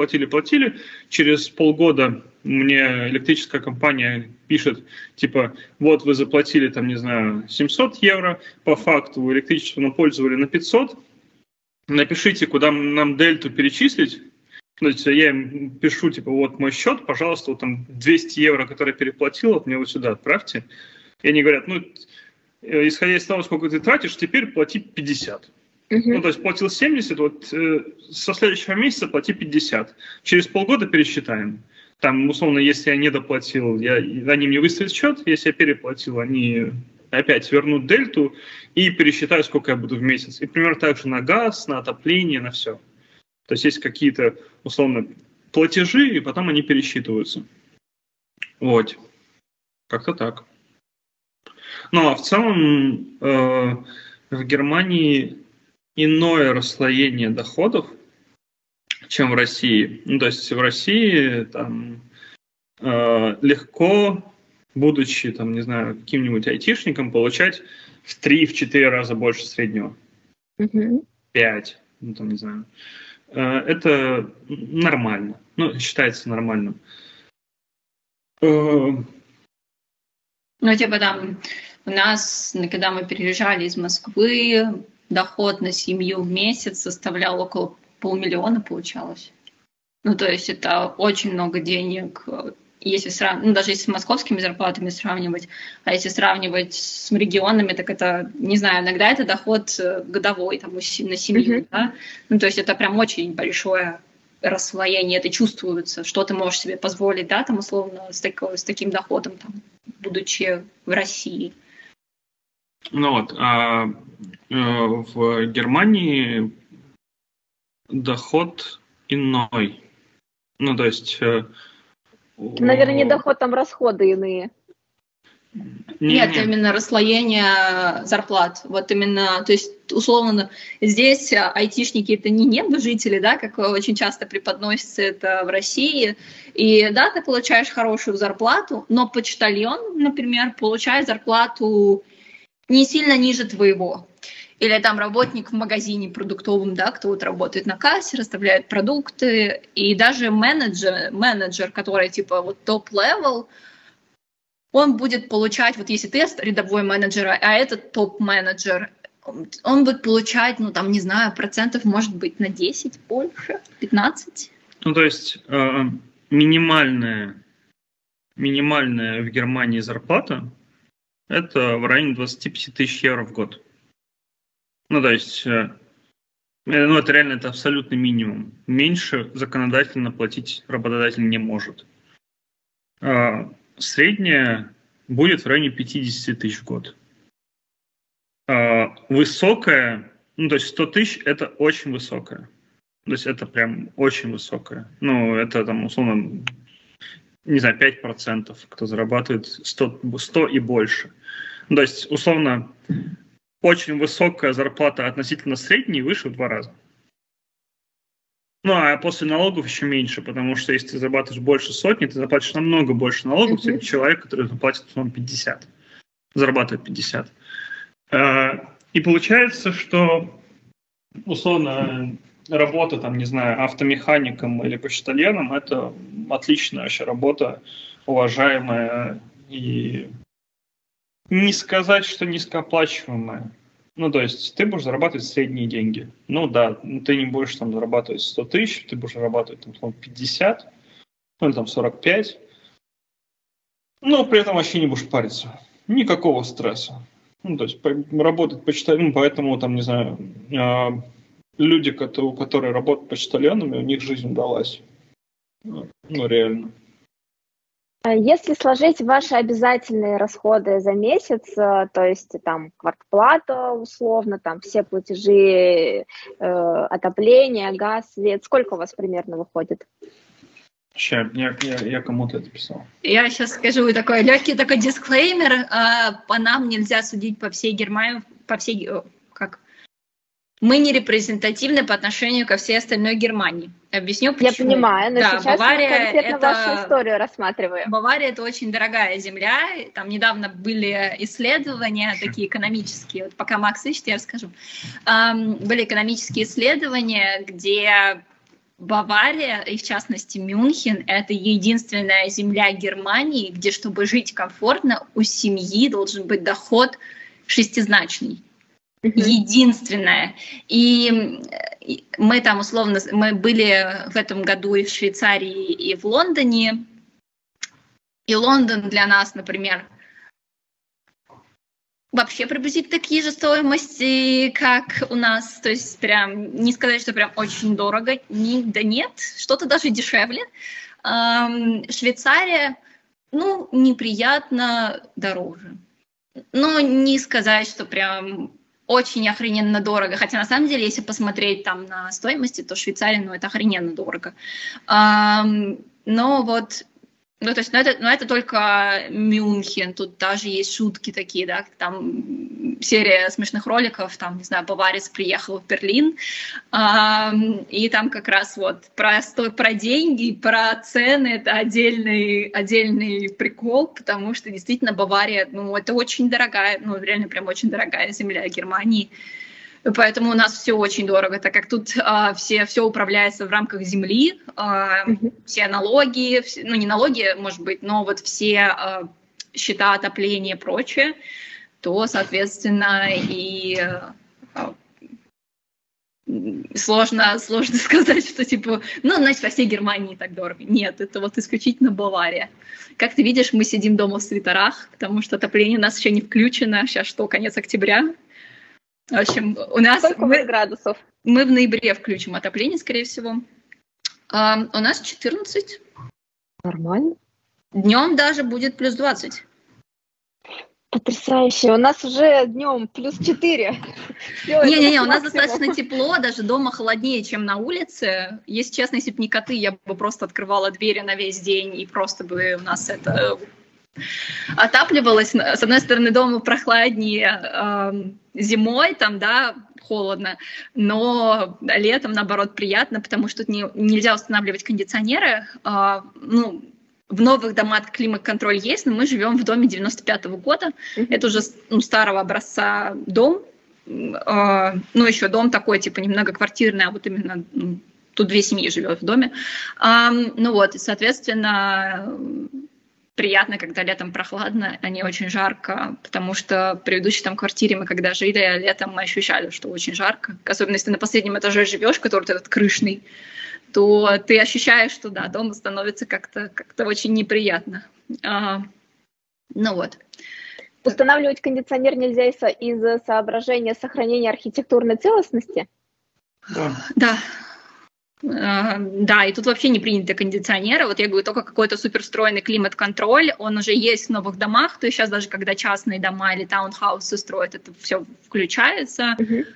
Через полгода мне электрическая компания пишет, типа, вот вы заплатили, там, не знаю, 700 евро, по факту электричество напользовали на 500, напишите, куда нам дельту перечислить. То есть я им пишу, типа, вот мой счет, пожалуйста, вот там 200 евро, которые я переплатил, вот мне вот сюда отправьте. И они говорят, ну, исходя из того, сколько ты тратишь, теперь плати 50. Ну, то есть платил 70, вот со следующего месяца плати 50. Через полгода пересчитаем. Там, условно, если я не доплатил, они мне выставят счет, если я переплатил, они опять вернут дельту и пересчитают, сколько я буду в месяц. И примерно так же на газ, на отопление, на все. То есть есть какие-то, условно, платежи, и потом они пересчитываются. Вот. Как-то так. Ну, а в целом в Германии иное расслоение доходов, чем в России. Ну, то есть в России там легко, будучи, там, не знаю, каким-нибудь айтишником, получать в 3-4 раза больше среднего. 5, ну, там, не знаю. Это нормально. Ну, считается нормальным. Ну, типа там у нас, когда мы переезжали из Москвы, доход на семью в месяц составлял около 500 000, получалось. Ну, то есть это очень много денег, если ну, даже если с московскими зарплатами сравнивать, а если сравнивать с регионами, так это, не знаю, иногда это доход годовой там, на семью, да? Ну, то есть это прям очень большое расслоение, это чувствуется, что ты можешь себе позволить, да, там, условно, с таким доходом, там, будучи в России. Ну вот, в Германии доход иной. Ну, то есть... Наверное, не доход, там расходы иные. Нет, именно расслоение зарплат. Вот именно, то есть, условно, здесь айтишники это не небожители, да, как очень часто преподносится это в России. И да, ты получаешь хорошую зарплату, но почтальон, например, получает зарплату не сильно ниже твоего. Или там работник в магазине продуктовом, да, кто вот работает на кассе, расставляет продукты. И даже менеджер, который типа вот топ-левел, он будет получать, вот если ты рядовой менеджер, а этот топ-менеджер, он будет получать, ну там, не знаю, процентов, может быть, на 10 больше, 15. Ну, то есть минимальная в Германии зарплата это в районе 25 тысяч евро в год. Ну, то есть, это реально это абсолютный минимум. Меньше законодательно платить работодатель не может. Средняя будет в районе 50 тысяч в год. Высокая, ну, то есть 100 тысяч – это очень высокая. То есть это прям очень высокая. Ну, это там, условно, не знаю, 5%, кто зарабатывает 100 и больше. Ну, то есть, условно, очень высокая зарплата относительно средней выше в 2 раза. Ну, а после налогов еще меньше, потому что если ты зарабатываешь больше сотни, ты заплатишь намного больше налогов, чем человек, который заплатит, условно, 50, зарабатывает 50. И получается, что, условно, работа, там, не знаю, автомехаником или почтальоном – это отличная вообще работа, уважаемая и не сказать, что низкооплачиваемая. Ну, то есть ты будешь зарабатывать средние деньги. Ну да, ты не будешь там зарабатывать 100 тысяч, ты будешь зарабатывать там 50, ну или там 45. Но при этом вообще не будешь париться. Никакого стресса. Ну, то есть работать почтальоном, поэтому, там, не знаю, люди, которые работают почтальонами, у них жизнь удалась. Ну, реально. Если сложить ваши обязательные расходы за месяц, то есть там квартплата условно, там все платежи, отопление, газ, свет, сколько у вас примерно выходит? Сейчас, я кому-то это писал. Я сейчас скажу такой легкий такой дисклеймер. По нам нельзя судить по всей Германии, мы не репрезентативны по отношению ко всей остальной Германии. Объясню почему. Я понимаю, но да, сейчас Бавария мы конкретно вашу историю рассматриваем. Бавария – это очень дорогая земля. Там недавно были исследования такие экономические. Вот пока Макс ищет, я расскажу. Были экономические исследования, где Бавария, и в частности Мюнхен, это единственная земля Германии, где, чтобы жить комфортно, у семьи должен быть доход шестизначный. Единственное. И мы там условно, мы были в этом году и в Швейцарии, и в Лондоне. И Лондон для нас, например, вообще приблизительно такие же стоимости, как у нас. То есть прям не сказать, что прям очень дорого. Да нет, что-то даже дешевле. Швейцария, ну, неприятно дороже. Но не сказать, что прям очень охрененно дорого. Хотя на самом деле, если посмотреть там на стоимости, то Швейцария, ну, это охрененно дорого. Но вот, ну, то есть, это только Мюнхен. Тут даже есть шутки такие, да, там серия смешных роликов, там, не знаю, баварец приехал в Берлин, и там как раз вот про деньги, про цены, это отдельный прикол, потому что действительно Бавария, ну, это очень дорогая, ну, реально прям очень дорогая земля Германии. Поэтому у нас все очень дорого, так как тут все управляется в рамках земли, все налоги, ну не налоги, может быть, но вот все счета отопления и прочее, то, соответственно, и сложно сказать, что типа, ну, значит, во всей Германии так дорого. Нет, это вот исключительно Бавария. Как ты видишь, мы сидим дома в свитерах, потому что отопление у нас еще не включено. Сейчас что, конец октября? В общем, у нас... Сколько у вас градусов? Мы в ноябре включим отопление, скорее всего. У нас 14. Нормально. Днем даже будет плюс 20. Потрясающе. У нас уже днем плюс 4. Не-не-не, у нас достаточно тепло, даже дома холоднее, чем на улице. Если честно, если бы не коты, я бы просто открывала двери на весь день, и просто бы у нас это отапливалось. С одной стороны, дома прохладнее зимой, там, да, холодно, но летом, наоборот, приятно, потому что тут нельзя устанавливать кондиционеры. Ну, в новых домах климат-контроль есть, но мы живем в доме 95-го года. Это уже старого образца дом. Ну, еще дом такой, типа, не многоквартирный, а вот именно тут 2 семьи живет в доме. Ну вот, и, соответственно, приятно, когда летом прохладно, а не очень жарко, потому что в предыдущей там квартире мы когда жили, летом мы ощущали, что очень жарко. Особенно если ты на последнем этаже живешь, который этот крышный, то ты ощущаешь, что да, дома становится как-то очень неприятно. Ну вот. Устанавливать кондиционер нельзя из-за соображения сохранения архитектурной целостности? Да. Да, и тут вообще не приняты кондиционеры. Вот я говорю, только какой-то супервстроенный климат-контроль, он уже есть в новых домах, то есть сейчас даже когда частные дома или таунхаусы строят, это все включается.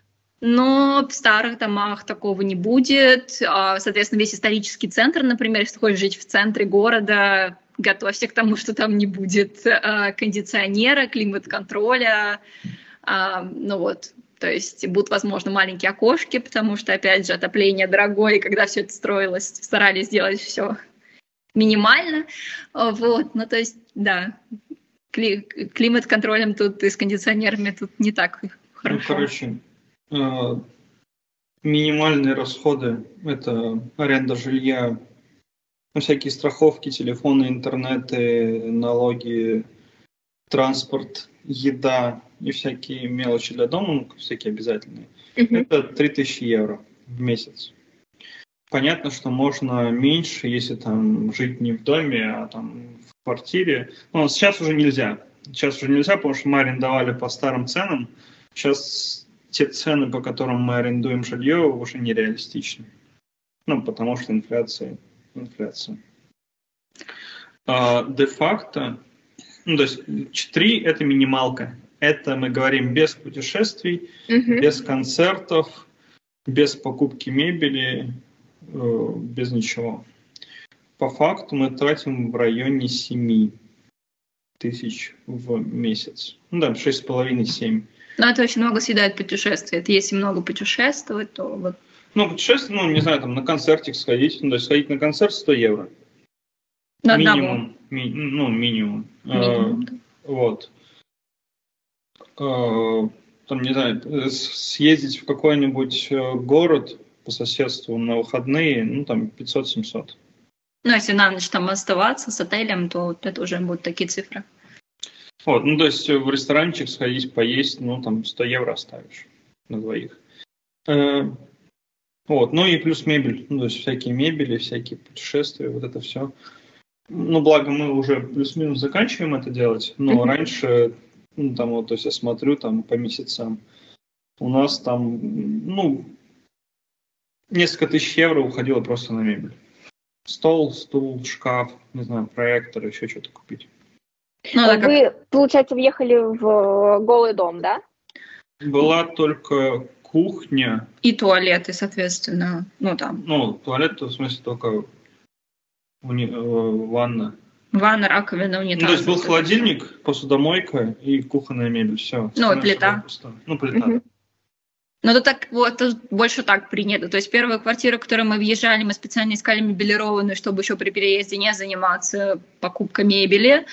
Но в старых домах такого не будет. Соответственно, весь исторический центр, например, если ты хочешь жить в центре города, готовься к тому, что там не будет кондиционера, климат-контроля. Ну вот, то есть будут, возможно, маленькие окошки, потому что, опять же, отопление дорогое, и когда все это строилось, старались сделать все минимально. Вот, ну то есть, да, климат-контролем тут и с кондиционерами тут не так хорошо. Ну, короче, минимальные расходы – это аренда жилья, всякие страховки, телефоны, интернеты, налоги, транспорт, еда и всякие мелочи для дома, ну, всякие обязательные. Это 3000 евро в месяц. Понятно, что можно меньше, если там жить не в доме, а там в квартире. Но сейчас уже нельзя. Сейчас уже нельзя, потому что мы арендовали по старым ценам. Сейчас те цены, по которым мы арендуем жилье, уже нереалистичны. Ну, потому что инфляция. Де-факто, ну, то есть 3 – это минималка. Это мы говорим без путешествий, без концертов, без покупки мебели, без ничего. По факту мы тратим в районе 7 тысяч в месяц. Ну да, 6,5-7. Ну, это очень много съедает путешествий. Это если много путешествовать, то вот... Ну, путешествие, ну, не знаю, там на концертик сходить. Ну, то есть сходить на концерт 100 евро. На минимум. Минимум. Да. Вот. Там, не знаю, съездить в какой-нибудь город по соседству на выходные, ну, там, 500-700. Ну, если на ночь там оставаться с отелем, то вот это уже будут такие цифры. Вот, ну, то есть в ресторанчик сходить, поесть, ну, там, 100 евро оставишь на двоих. Вот, ну и плюс мебель, ну, то есть всякие мебели, всякие путешествия, вот это все. Ну, благо мы уже плюс-минус заканчиваем это делать, но раньше, ну, там вот, то есть я смотрю там по месяцам, у нас там, ну, несколько тысяч евро уходило просто на мебель. Стол, стул, шкаф, не знаю, проектор, еще что-то купить. Ну, вы, получается, въехали в голый дом, да? Была только кухня. И туалеты, соответственно, ну там. Ну, туалет, в смысле, только ванна. Ванна, раковина, унитаз. Ну, то есть был холодильник, посудомойка и кухонная мебель, все. Ну, плита. Ну, плита. Ну, это так, вот, это больше так принято. То есть первая квартира, в которую мы въезжали, мы специально искали мебелированную, чтобы еще при переезде не заниматься покупкой мебели.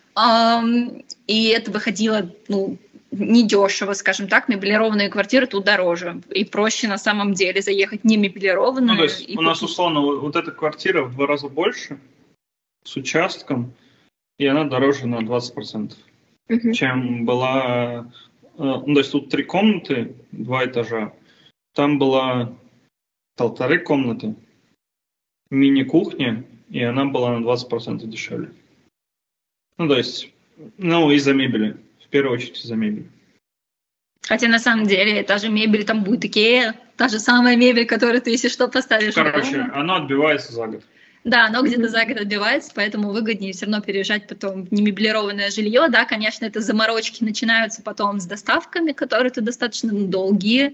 И это выходило, ну, недешево, скажем так. Мебелированные квартиры тут дороже. И проще на самом деле заехать не мебелированную. Ну, то есть у нас, условно, вот эта квартира в 2 раза больше, с участком, и она дороже на 20%, чем была... Ну, то есть тут 3 комнаты, 2 этажа. Там была 1,5 комнаты, мини-кухня, и она была на 20% дешевле. Ну, то есть, ну, из-за мебели. В первую очередь из-за мебели. Хотя на самом деле та же мебель там будет Икея, та же самая мебель, которую ты, если что, поставишь. Короче, оно отбивается за год. Да, оно где-то за год отбивается, поэтому выгоднее все равно переезжать потом в немеблированное жилье. Да, конечно, это заморочки начинаются потом с доставками, которые достаточно долгие,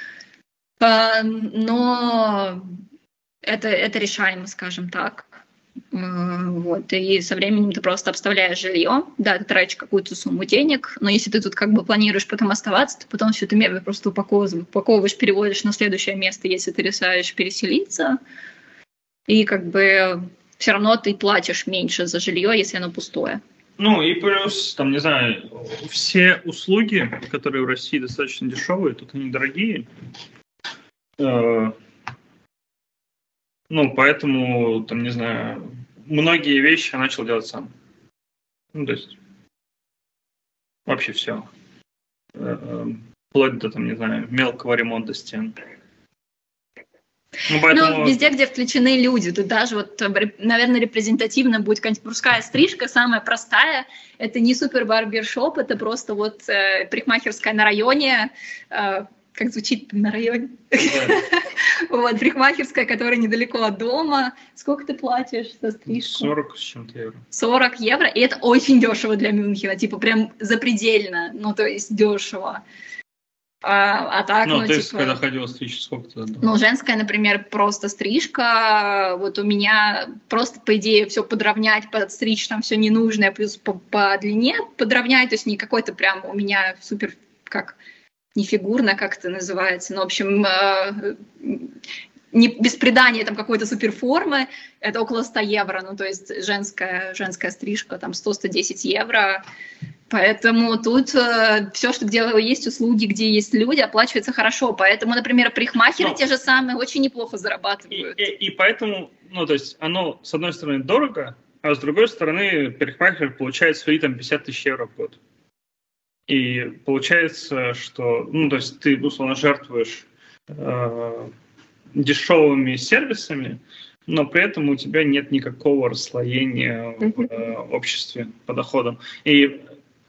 но это решаемо, скажем так. Вот, и со временем ты просто обставляешь жилье, да, ты тратишь какую-то сумму денег, но если ты тут как бы планируешь потом оставаться, то потом всю эту мебель просто упаковываешь, переводишь на следующее место, если ты решаешь переселиться. И как бы все равно ты платишь меньше за жилье, если оно пустое. Ну и плюс, там, не знаю, все услуги, которые в России достаточно дешевые, тут они дорогие. Ну, поэтому, там, не знаю, многие вещи я начал делать сам. Ну, то есть, вообще все. Вплоть до, там, не знаю, мелкого ремонта стен. Ну, поэтому... Ну, везде, где включены люди, тут даже вот, наверное, репрезентативно будет какая-нибудь мужская стрижка, самая простая. Это не супер барбершоп, это просто вот парикмахерская на районе. Как звучит на районе? Вот, парикмахерская, которая недалеко от дома. Сколько ты платишь за стрижку? 40 с чем-то евро. 40 евро, и это очень дешево для Мюнхена, типа прям запредельно, ну, то есть дешево. А так, ну, ты типа, когда ходила стричь, сколько ты отдала? Ну, женская, например, просто стрижка. Вот у меня просто, по идее, все подровнять, подстричь там все ненужное, плюс по длине подровнять, то есть не какой-то прям у меня супер, как, не фигурно, как это называется, ну, в общем, не без придания там какой-то суперформы, это около 100 евро, ну, то есть женская стрижка, там 100-110 евро. Поэтому тут все, что где есть услуги, где есть люди, оплачивается хорошо. Поэтому, например, парикмахеры те же самые очень неплохо зарабатывают. И поэтому, ну, то есть оно, с одной стороны, дорого, а с другой стороны, парикмахер получает свои там 50 тысяч евро в год. И получается, что, ну, то есть ты, условно, жертвуешь дешевыми сервисами, но при этом у тебя нет никакого расслоения в обществе по доходам. И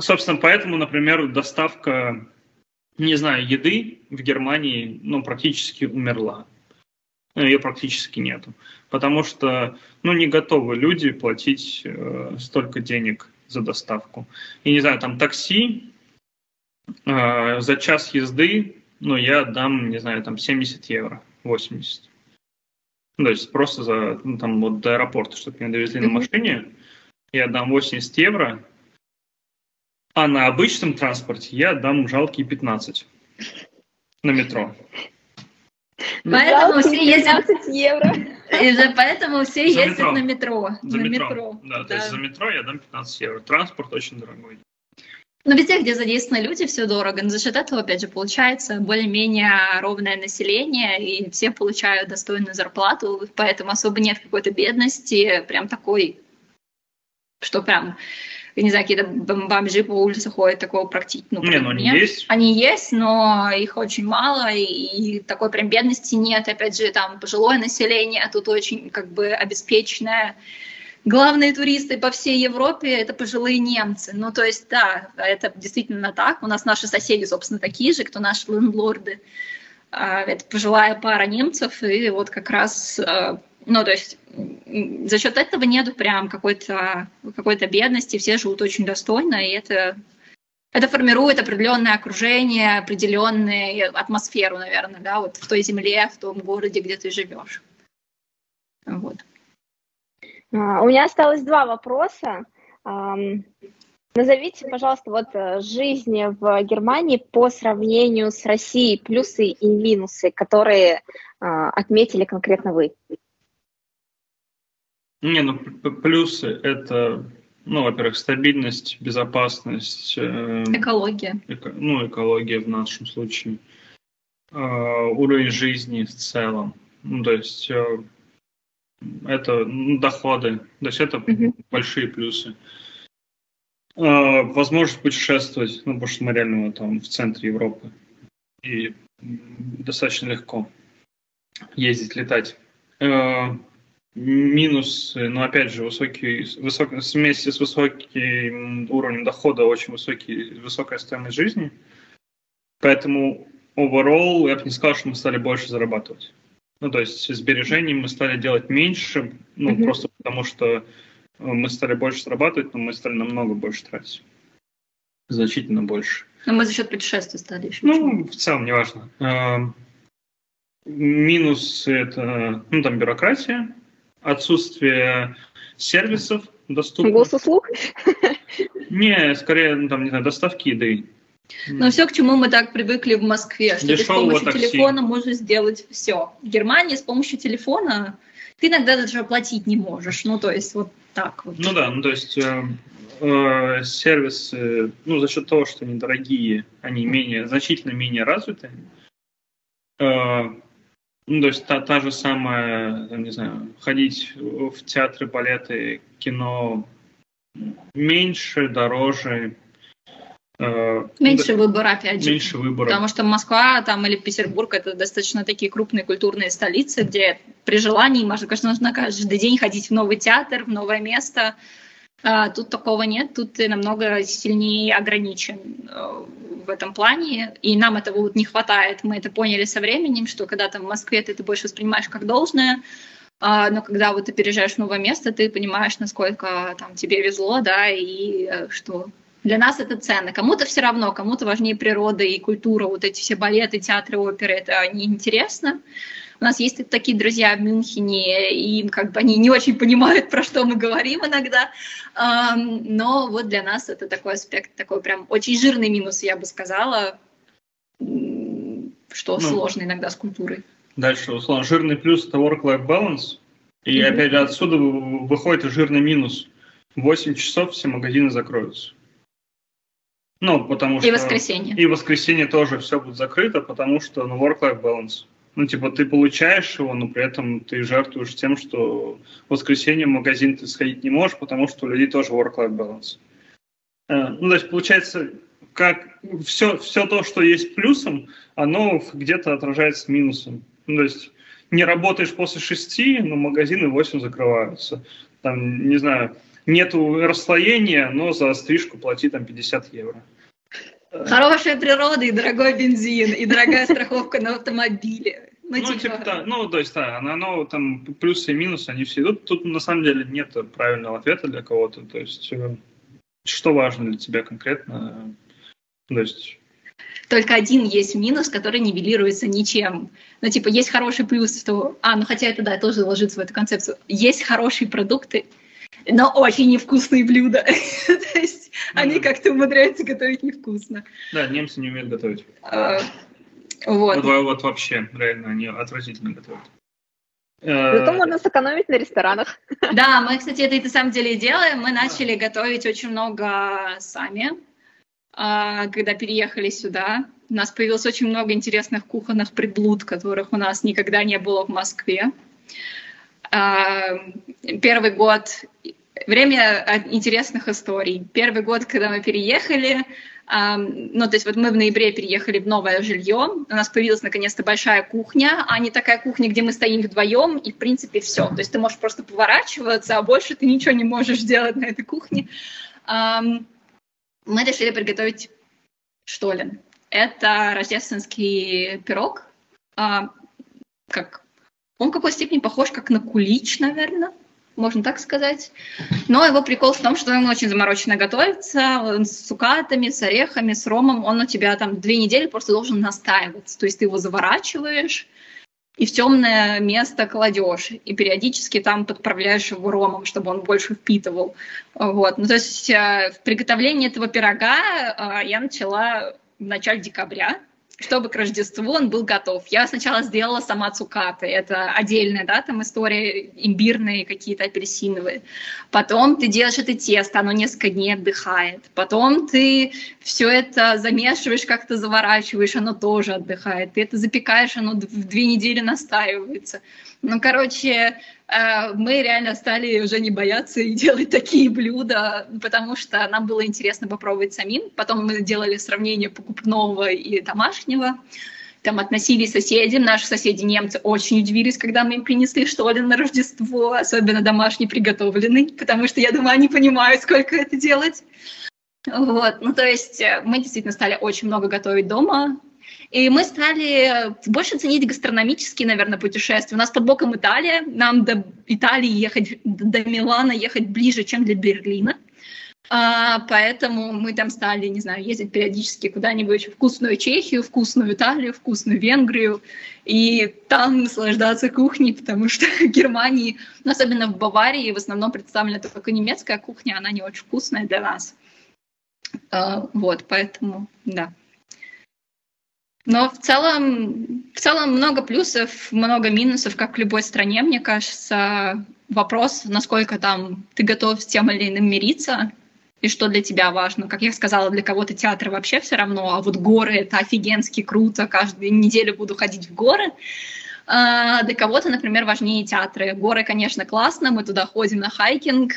Собственно, поэтому, например, доставка, не знаю, еды в Германии, практически умерла. Ее практически нету. Потому что, не готовы люди платить столько денег за доставку. И, не знаю, там такси за час езды, я отдам, не знаю, там 70 евро, 80. То есть просто до аэропорта, чтобы меня довезли на машине, я отдам 80 евро, а на обычном транспорте я отдам жалкие 15 на метро. Поэтому все ездят 15 евро. Поэтому все ездят на метро. За метро. Да, то есть за метро я дам 15 евро. Транспорт очень дорогой. Но везде, где задействованы люди, все дорого. Но за счет этого, опять же, получается более-менее ровное население, и все получают достойную зарплату, поэтому особо нет какой-то бедности, прям такой, что прям, я не знаю, какие-то бомжи по улице ходят, такого практически. Они есть. Они есть, но их очень мало, и такой прям бедности нет. Опять же, там пожилое население, тут очень обеспеченное. Главные туристы по всей Европе – это пожилые немцы. То есть, да, это действительно так. У нас наши соседи, собственно, такие же, кто наши лендлорды. Это пожилая пара немцев, и вот как раз, то есть за счет этого нету прям какой-то бедности, все живут очень достойно, и это формирует определенное окружение, определенную атмосферу, наверное, да, вот в той земле, в том городе, где ты живешь. Вот. У меня осталось 2 вопроса. Назовите, пожалуйста, жизнь в Германии по сравнению с Россией, плюсы и минусы, которые отметили конкретно вы. Плюсы – это, во-первых, стабильность, безопасность. Экология. Экология в нашем случае. Уровень жизни в целом. То есть это доходы. То есть это большие плюсы. Возможность путешествовать, потому что мы реально там в центре Европы. И достаточно легко ездить, летать. Минусы, опять же, вместе с высоким уровнем дохода очень высокая стоимость жизни. Поэтому overall я бы не сказал, что мы стали больше зарабатывать. То есть сбережений мы стали делать меньше, просто потому что мы стали больше зарабатывать, но мы стали намного больше тратить. Значительно больше. Но мы за счет путешествий стали еще. В целом, неважно. Минусы – это бюрократия, отсутствие сервисов доступных. Госуслуг? Не, скорее, доставки еды. Но все, к чему мы так привыкли в Москве, что ты с помощью такси. телефона можешь сделать все. В Германии с помощью телефона ты иногда даже оплатить не можешь. То есть вот так вот. То есть сервисы, за счет того, что они дорогие, они значительно менее развиты. То есть та же самая, не знаю, ходить в театры, балеты, кино меньше, дороже. Меньше выбора, опять же. Меньше выбора. Потому что Москва или Петербург – это достаточно такие крупные культурные столицы, где при желании можно каждый день ходить в новый театр, в новое место. Тут такого нет, тут ты намного сильнее ограничен в этом плане, и нам этого не хватает. Мы это поняли со временем, что когда ты в Москве, ты это больше воспринимаешь как должное, но когда ты переезжаешь в новое место, ты понимаешь, насколько тебе везло, да, и что для нас это ценно. Кому-то все равно, кому-то важнее природа и культура, эти все балеты, театры, оперы, это неинтересно. У нас есть такие друзья в Мюнхене, и они не очень понимают, про что мы говорим иногда, но для нас это такой аспект, такой прям очень жирный минус, я бы сказала, что сложно иногда с культурой. Дальше, условно, жирный плюс – это work-life balance, и опять же отсюда выходит жирный минус. В 8 часов все магазины закроются. Потому что... И воскресенье. И воскресенье тоже все будет закрыто, потому что, work-life balance. Ты получаешь его, но при этом ты жертвуешь тем, что в воскресенье в магазин ты сходить не можешь, потому что у людей тоже work-life balance. То есть, получается, как все то, что есть плюсом, оно где-то отражается минусом. То есть, не работаешь после 6, но магазины в 8 закрываются. Не знаю, нету расслоения, но за стрижку плати там 50 евро. Хорошая природа и дорогой бензин, и дорогая страховка на автомобиле. То есть, оно там плюсы и минусы, они все идут. Тут на самом деле нет правильного ответа для кого-то. То есть, что важно для тебя конкретно? То есть... Только один есть минус, который нивелируется ничем. Есть хороший плюс, что... хотя это, да, тоже ложится в эту концепцию. Есть хорошие продукты, но очень невкусные блюда. То есть они как-то умудряются готовить невкусно. Да, немцы не умеют готовить. Вот вообще, реально, они отвратительно готовят. Зато можно сэкономить на ресторанах. Да, мы, кстати, это на самом деле делаем. Мы начали готовить очень много сами, когда переехали сюда. У нас появилось очень много интересных кухонных приблуд, которых у нас никогда не было в Москве. Первый год... Время интересных историй. Первый год, когда мы переехали, мы в ноябре переехали в новое жилье, у нас появилась наконец-то большая кухня, а не такая кухня, где мы стоим вдвоем, и в принципе все. То есть ты можешь просто поворачиваться, а больше ты ничего не можешь делать на этой кухне. Мы решили приготовить штолен. Это рождественский пирог. Он в какой степени похож как на кулич, наверное. Можно так сказать. Но его прикол в том, что он очень замороченно готовится, он с цукатами, с орехами, с ромом. Он у тебя там 2 недели просто должен настаиваться. То есть ты его заворачиваешь и в темное место кладешь. И периодически там подправляешь его ромом, чтобы он больше впитывал. Вот. То есть в приготовлении этого пирога я начала в начале декабря, чтобы к Рождеству он был готов. Я сначала сделала сама цукаты. Это отдельная, да, там история, имбирные какие-то, апельсиновые. Потом ты делаешь это тесто, оно несколько дней отдыхает. Потом ты все это замешиваешь, как-то заворачиваешь, оно тоже отдыхает. Ты это запекаешь, оно в 2 недели настаивается. Мы реально стали уже не бояться и делать такие блюда, потому что нам было интересно попробовать самим. Потом мы делали сравнение покупного и домашнего. Там относили соседям. Наши соседи немцы очень удивились, когда мы им принесли штолен на Рождество, особенно домашний приготовленный, потому что, я думаю, они понимают, сколько это делать. Вот. Мы действительно стали очень много готовить дома. И мы стали больше ценить гастрономические, наверное, путешествия. У нас под боком Италия. Нам до Италии ехать, до Милана ехать ближе, чем до Берлина. Поэтому мы там стали, не знаю, ездить периодически куда-нибудь в вкусную Чехию, вкусную Италию, вкусную Венгрию. И там наслаждаться кухней, потому что в Германии, особенно в Баварии, в основном представлена только немецкая кухня, она не очень вкусная для нас. Поэтому, да. Но в целом много плюсов, много минусов, как в любой стране, мне кажется. Вопрос, насколько там ты готов с тем или иным мириться, и что для тебя важно. Как я сказала, для кого-то театр вообще все равно, а вот горы — это офигенски круто, каждую неделю буду ходить в горы. Для кого-то, например, важнее театры. Горы, конечно, классно, мы туда ходим на хайкинг,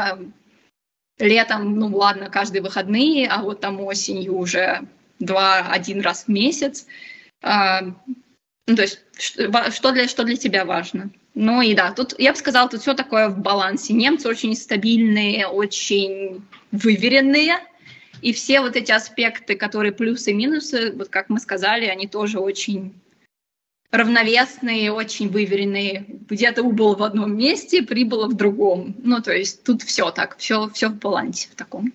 летом, каждые выходные, а вот там осенью уже 1 раз в месяц. То есть, что для тебя важно? И да, тут, я бы сказала, тут все такое в балансе. Немцы очень стабильные, очень выверенные, и все вот эти аспекты, которые плюсы и минусы, вот как мы сказали, они тоже очень равновесные, очень выверенные. Где-то убыл в одном месте, прибыло в другом. То есть тут все так, все в балансе в таком.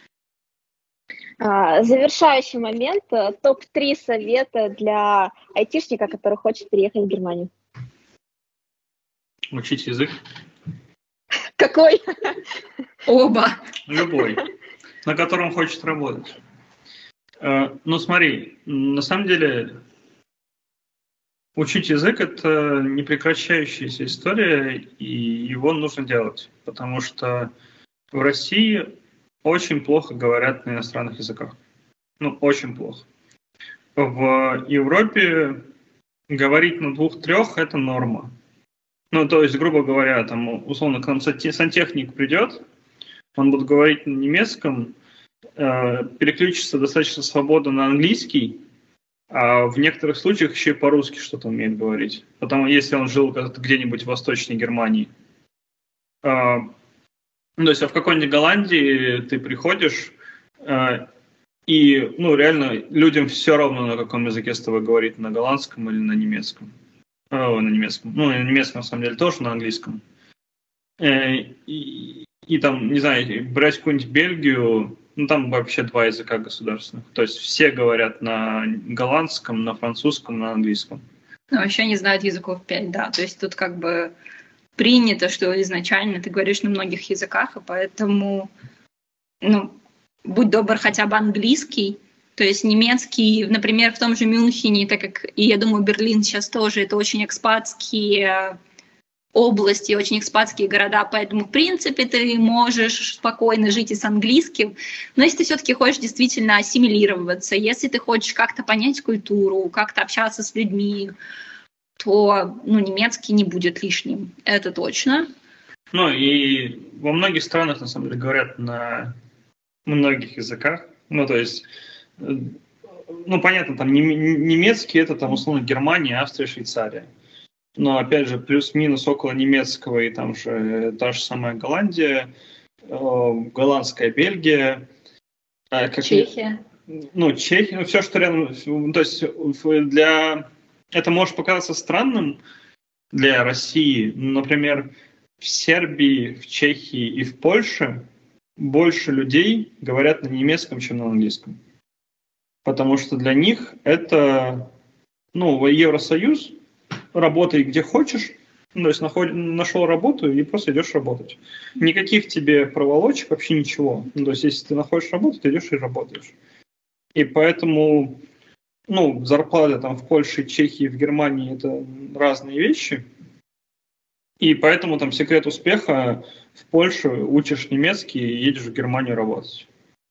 Завершающий момент. Топ-3 совета для айтишника, который хочет переехать в Германию. Учить язык. Какой? Оба. Любой, на котором хочет работать. Смотри, на самом деле учить язык — это непрекращающаяся история, и его нужно делать, потому что в России очень плохо говорят на иностранных языках. Очень плохо. В Европе говорить на 2-3 — это норма. То есть, грубо говоря, там, условно, к нам сантехник придет, он будет говорить на немецком, переключится достаточно свободно на английский, а в некоторых случаях еще и по-русски что-то умеет говорить. Потому если он жил где-нибудь в Восточной Германии. То есть, а в какой-нибудь Голландии ты приходишь, и, реально людям все равно, на каком языке с тобой говорить, на голландском или на немецком. На немецком. На немецком, на самом деле, тоже на английском. И там, не знаю, брать какую-нибудь Бельгию, там вообще 2 языка государственных. То есть все говорят на голландском, на французском, на английском. Вообще не знают языков 5, да. То есть тут как бы принято, что изначально ты говоришь на многих языках, и поэтому, будь добр, хотя бы английский. То есть немецкий, например, в том же Мюнхене, так как, и я думаю, Берлин сейчас тоже, это очень экспатские области, очень экспатские города, поэтому, в принципе, ты можешь спокойно жить и с английским, но если ты все-таки хочешь действительно ассимилироваться, если ты хочешь как-то понять культуру, как-то общаться с людьми, то, немецкий не будет лишним, это точно. И во многих странах, на самом деле, говорят на многих языках, то есть, понятно, там немецкий, это там, условно, Германия, Австрия, Швейцария. Но, опять же, плюс-минус около немецкого, и там же та же самая Голландия, голландская Бельгия. Чехия. Чехия, все, что рядом. То есть это может показаться странным для России. Например, в Сербии, в Чехии и в Польше больше людей говорят на немецком, чем на английском. Потому что для них это, Евросоюз, работай где хочешь, то есть нашел работу и просто идешь работать. Никаких тебе проволочек, вообще ничего. То есть если ты находишь работу, ты идешь и работаешь. И поэтому, зарплаты там в Польше, Чехии, в Германии это разные вещи. И поэтому там секрет успеха: в Польше учишь немецкий и едешь в Германию работать.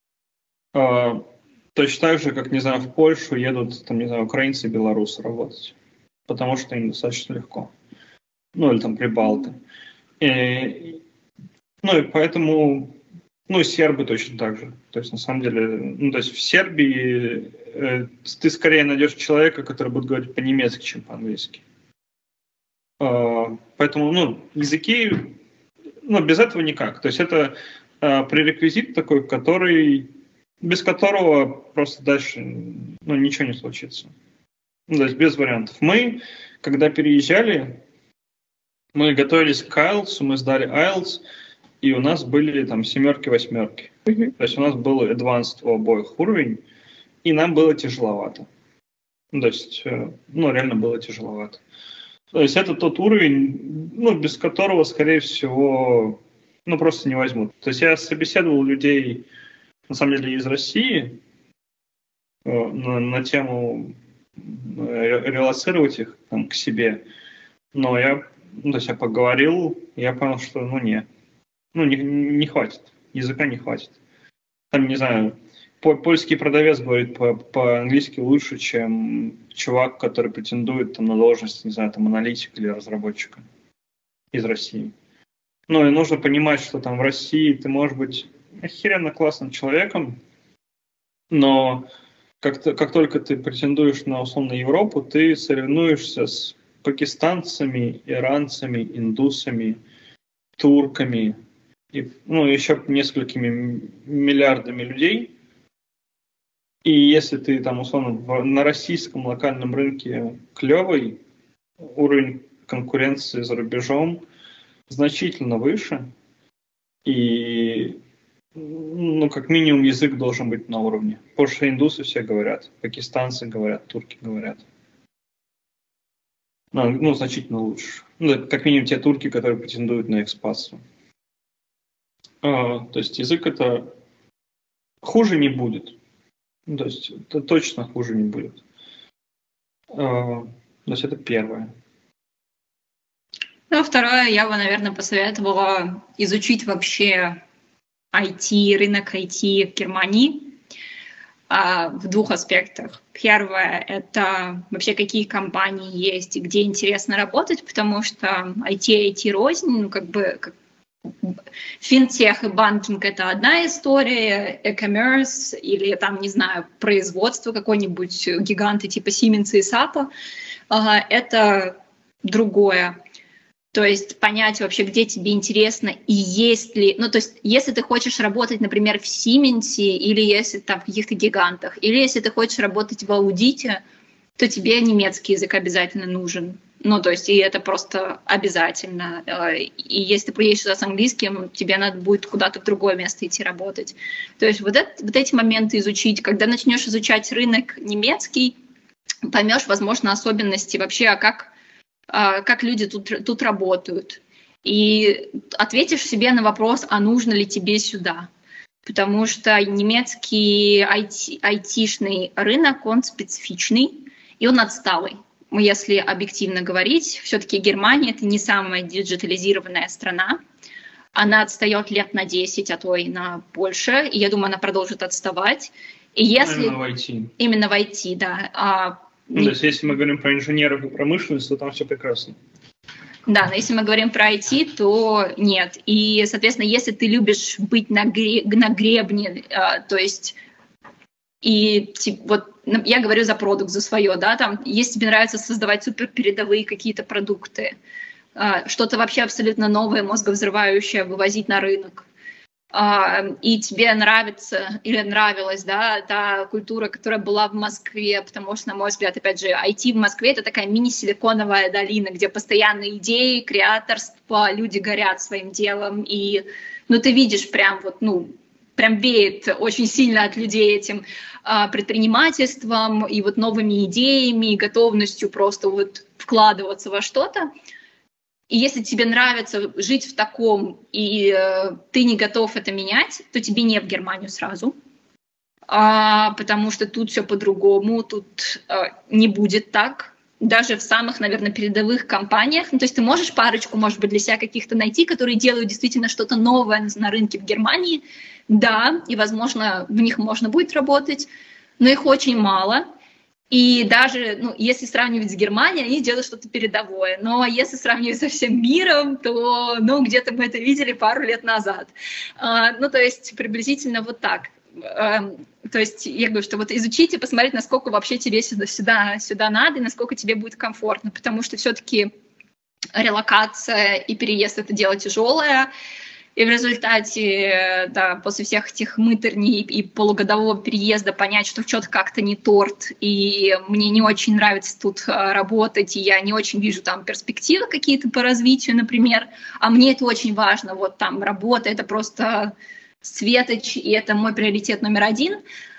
Точно так же, как, не знаю, в Польшу едут, там, не знаю, украинцы и белорусы работать. Потому что им достаточно легко. Или там прибалты. И поэтому, сербы точно так же. То есть, на самом деле, то есть в Сербии ты скорее найдешь человека, который будет говорить по-немецки, чем по-английски. Поэтому, языки, без этого никак. То есть это пререквизит такой, без которого просто дальше, ничего не случится. То есть без вариантов. Мы, когда переезжали, мы готовились к IELTS, мы сдали IELTS, и у нас были там 7-8. То есть у нас был advanced у обоих уровень, и нам было тяжеловато. То есть, реально было тяжеловато. То есть это тот уровень, без которого, скорее всего, просто не возьмут. То есть я собеседовал людей, на самом деле, из России на тему релоцировать их там к себе. Но я поговорил, я понял, что не хватит, языка не хватит. Там, не знаю, польский продавец говорит по-английски лучше, чем чувак, который претендует там на должность, не знаю, там аналитика или разработчика из России. И нужно понимать, что там в России ты можешь быть охеренно классным человеком, но как только ты претендуешь на, условно, Европу, ты соревнуешься с пакистанцами, иранцами, индусами, турками и еще несколькими миллиардами людей. И если ты там, условно, на российском локальном рынке клевый, уровень конкуренции за рубежом значительно выше, и как минимум язык должен быть на уровне. Потому что индусы все говорят, пакистанцы говорят, турки говорят. Значительно лучше. Как минимум те турки, которые претендуют на экспатию. То есть язык это хуже не будет. То есть это точно хуже не будет. То есть это первое. Второе, я бы, наверное, посоветовала изучить вообще IT, рынок IT в Германии в 2 аспектах. Первое — это вообще какие компании есть и где интересно работать, потому что IT рознь, финтех и банкинг — это одна история, e-commerce или там, не знаю, производство какой-нибудь гиганты типа Siemens и SAP — это другое. То есть понять вообще, где тебе интересно и есть ли... Ну, то есть если ты хочешь работать, например, в Сименсе или если там в каких-то гигантах, или если ты хочешь работать в аудите, то тебе немецкий язык обязательно нужен. Ну, то есть и это просто обязательно. И если ты приедешь сюда с английским, тебе надо будет куда-то в другое место идти работать. То есть вот эти моменты изучить. Когда начнешь изучать рынок немецкий, поймешь, возможно, особенности вообще, как люди тут работают. И ответишь себе на вопрос, а нужно ли тебе сюда. Потому что немецкий айтишный рынок, он специфичный, и он отсталый. Если объективно говорить, все-таки Германия – это не самая диджитализированная страна. Она отстает лет на 10, а то и на больше. И я думаю, она продолжит отставать. И если... Именно в IT. Именно в IT, да. То есть если мы говорим про инженеров и промышленность, то там все прекрасно. Да, но если мы говорим про IT, то нет. И, соответственно, если ты любишь быть на гребне, то есть... И вот я говорю за продукт, за свое, да, там, если тебе нравится создавать суперпередовые какие-то продукты, что-то вообще абсолютно новое, мозговзрывающее вывозить на рынок, и тебе нравится или нравилась, да, та культура, которая была в Москве, потому что, на мой взгляд, опять же, IT в Москве — это такая мини-силиконовая долина, где постоянно идеи, креаторство, люди горят своим делом, и, ты видишь прям прям веет очень сильно от людей этим предпринимательством и новыми идеями, и готовностью просто вкладываться во что-то. И если тебе нравится жить в таком, и ты не готов это менять, то тебе не в Германию сразу, потому что тут все по-другому, тут не будет так. Даже в самых, наверное, передовых компаниях. То есть ты можешь парочку, может быть, для себя каких-то найти, которые делают действительно что-то новое на рынке в Германии. Да, и, возможно, в них можно будет работать, но их очень мало. И даже, если сравнивать с Германией, они делают что-то передовое. Но если сравнивать со всем миром, то, где-то мы это видели пару лет назад. То есть приблизительно вот так. То есть я говорю, что изучить и посмотреть, насколько вообще тебе сюда надо и насколько тебе будет комфортно, потому что все-таки релокация и переезд — это дело тяжелое, и в результате, да, после всех этих мыторней и полугодового переезда понять, что что-то как-то не торт, и мне не очень нравится тут работать, и я не очень вижу там перспективы какие-то по развитию, например, а мне это очень важно, там работа — это просто светоч, и это мой приоритет номер один,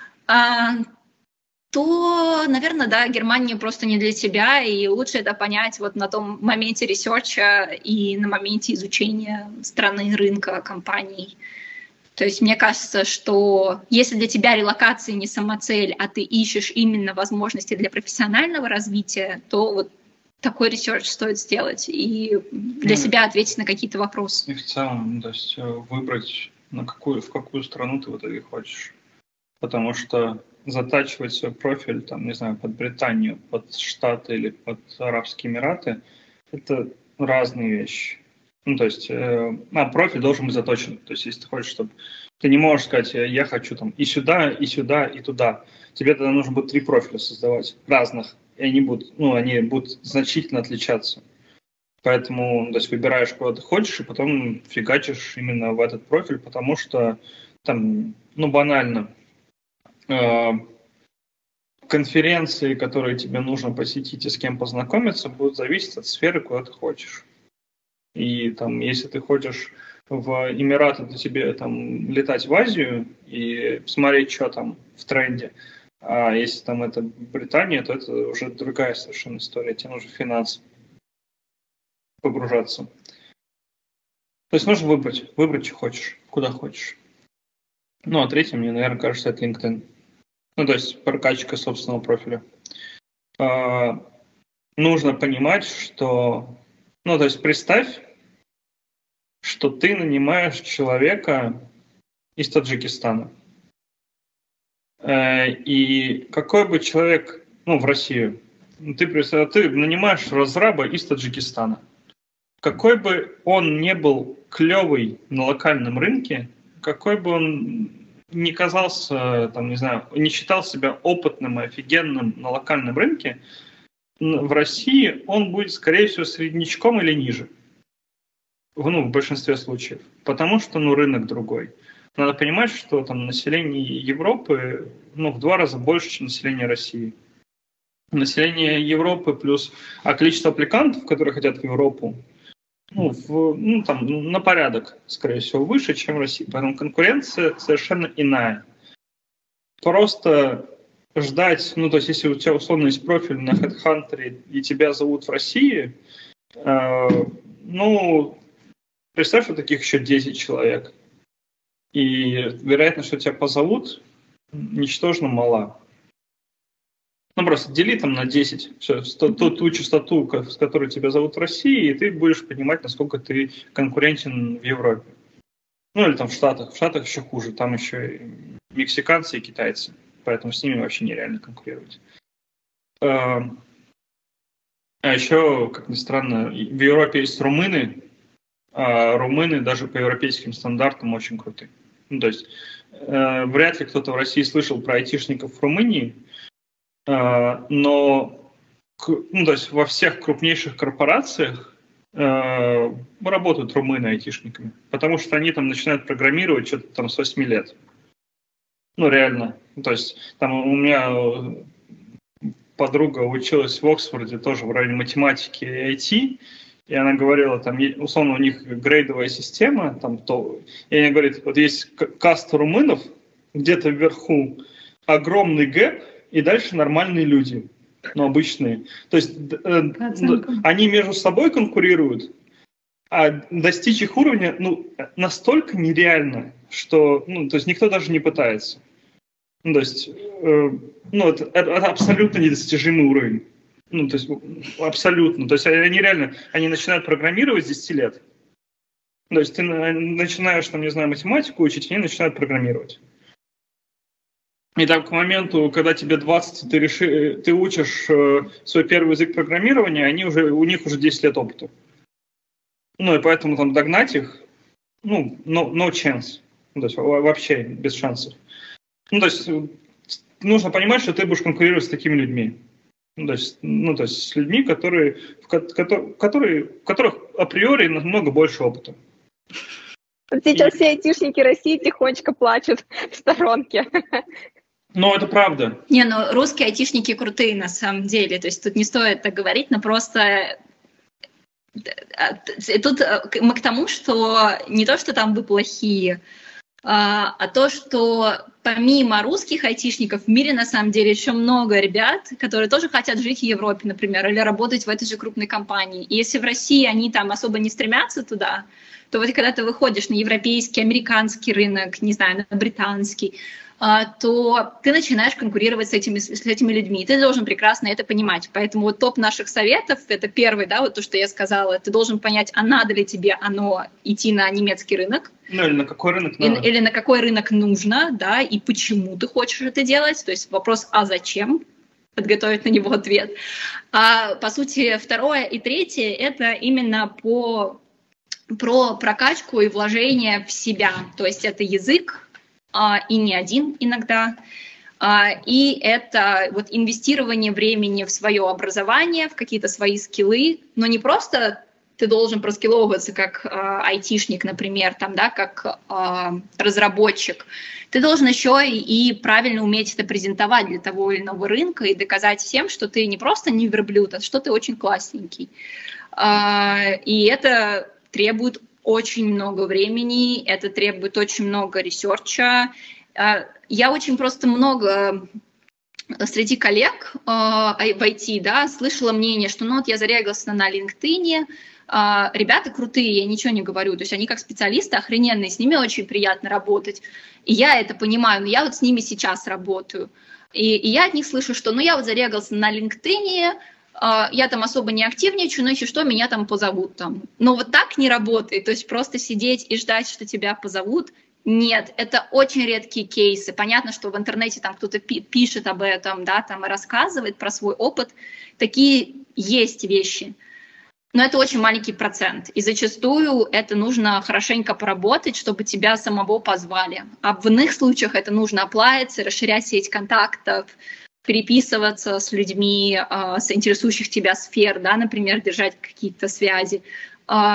то, наверное, да, Германия просто не для тебя, и лучше это понять на том моменте ресерча и на моменте изучения страны, рынка, компаний. То есть мне кажется, что если для тебя релокация не самоцель, а ты ищешь именно возможности для профессионального развития, то такой ресерч стоит сделать и для себя ответить на какие-то вопросы. И в целом, то есть выбрать, в какую страну ты в итоге хочешь. Потому что затачивать свой профиль, под Британию, под Штаты или под Арабские Эмираты — это разные вещи. Профиль должен быть заточен. То есть если ты хочешь, чтобы... Ты не можешь сказать, я хочу и сюда, и сюда, и туда. Тебе тогда нужно будет 3 профиля создавать, разных. И они будут значительно отличаться. Поэтому, то есть выбираешь, куда ты хочешь, и потом фигачишь именно в этот профиль, потому что банально, конференции, которые тебе нужно посетить и с кем познакомиться, будут зависеть от сферы, куда ты хочешь. И если ты хочешь в Эмираты, то тебе летать в Азию и смотреть, что там в тренде. А если это Британия, то это уже другая совершенно история. Тебе нужно в финансы погружаться. То есть нужно выбрать, что хочешь, куда хочешь. А третьим, мне, наверное, кажется, это LinkedIn. То есть прокачка собственного профиля. Нужно понимать, что... то есть представь, что ты нанимаешь человека из Таджикистана. И какой бы человек... в Россию. Ты нанимаешь разраба из Таджикистана. Какой бы он не был клевый на локальном рынке, какой бы он не казался, не считал себя опытным и офигенным на локальном рынке, в России он будет, скорее всего, среднячком или ниже. в большинстве случаев, потому что, рынок другой. Надо понимать, что там население Европы, в 2 раза больше, чем население России. Население Европы плюс количество аппликантов, которые хотят в Европу, на порядок, скорее всего, выше, чем в России. Поэтому конкуренция совершенно иная. Просто ждать, то есть если у тебя условно есть профиль на HeadHunter и тебя зовут в России, представь, что таких еще 10 человек. И вероятность, что тебя позовут, ничтожно мала. Просто дели там на 10 ту частоту, с которой тебя зовут в России, и ты будешь понимать, насколько ты конкурентен в Европе. Или там в Штатах. В Штатах еще хуже. Там еще и мексиканцы и китайцы. Поэтому с ними вообще нереально конкурировать. А еще, как ни странно, в Европе есть румыны, а румыны даже по европейским стандартам очень крутые. То есть вряд ли кто-то в России слышал про айтишников в Румынии, но то есть во всех крупнейших корпорациях работают румыны айтишниками, потому что они там начинают программировать что-то там с 8 лет. Реально. То есть там у меня подруга училась в Оксфорде тоже в районе математики и IT, и она говорила, там, условно, у них грейдовая система, и она говорит, вот есть каста румынов, где-то вверху огромный гэп, и дальше нормальные люди, обычные. То есть они между собой конкурируют, а достичь их уровня, настолько нереально, что, то есть никто даже не пытается. То есть, это абсолютно недостижимый уровень. То есть, абсолютно. То есть, они начинают программировать с 10 лет. То есть, ты начинаешь, математику учить, они начинают программировать. И так, к моменту, когда тебе 20, ты учишь свой первый язык программирования, у них уже 10 лет опыта. И поэтому там догнать их, no chance. То есть, вообще без шансов. То есть, нужно понимать, что ты будешь конкурировать с такими людьми. То есть с людьми, у которых априори намного больше опыта. Сейчас все айтишники России тихонечко плачут в сторонке. Это правда. Русские айтишники крутые на самом деле. То есть тут не стоит так говорить, но просто тут мы к тому, что не то, что там вы плохие, а то, что помимо русских айтишников в мире на самом деле еще много ребят, которые тоже хотят жить в Европе, например, или работать в этой же крупной компании. И если в России они там особо не стремятся туда, то вот когда ты выходишь на европейский, американский рынок, не знаю, на британский, то ты начинаешь конкурировать с этими людьми. И ты должен прекрасно это понимать. Поэтому вот топ наших советов, это первый, вот то, что я сказала, ты должен понять, а надо ли тебе идти на немецкий рынок. Или на какой рынок надо. Или на какой рынок нужно, и почему ты хочешь это делать. То есть вопрос, а зачем? Подготовить на него ответ. А по сути, второе и третье, это именно про прокачку и вложение в себя. То есть это язык, и не один иногда. И это вот инвестирование времени в свое образование, в какие-то свои скиллы, но не просто ты должен проскилловываться как айтишник, например, как разработчик. Ты должен еще и правильно уметь это презентовать для того или иного рынка и доказать всем, что ты не просто не верблюд, а что ты очень классненький. И это требует очень много времени, это требует очень много ресерча. Я очень просто много среди коллег в IT, слышала мнение, что я зарегался на LinkedIn, ребята крутые, я ничего не говорю, то есть они как специалисты охрененные, с ними очень приятно работать, и я это понимаю, но я вот с ними сейчас работаю, и я от них слышу, что я вот зарегался на LinkedIn, я там особо не активничаю, но если что, меня там позовут там. Но вот так не работает, то есть просто сидеть и ждать, что тебя позовут, нет, это очень редкие кейсы. Понятно, что в интернете там кто-то пишет об этом, там и рассказывает про свой опыт, такие есть вещи, но это очень маленький процент, и зачастую это нужно хорошенько поработать, чтобы тебя самого позвали, а в иных случаях это нужно оплавиться, расширять сеть контактов, переписываться с людьми с интересующих тебя сфер, например, держать какие-то связи.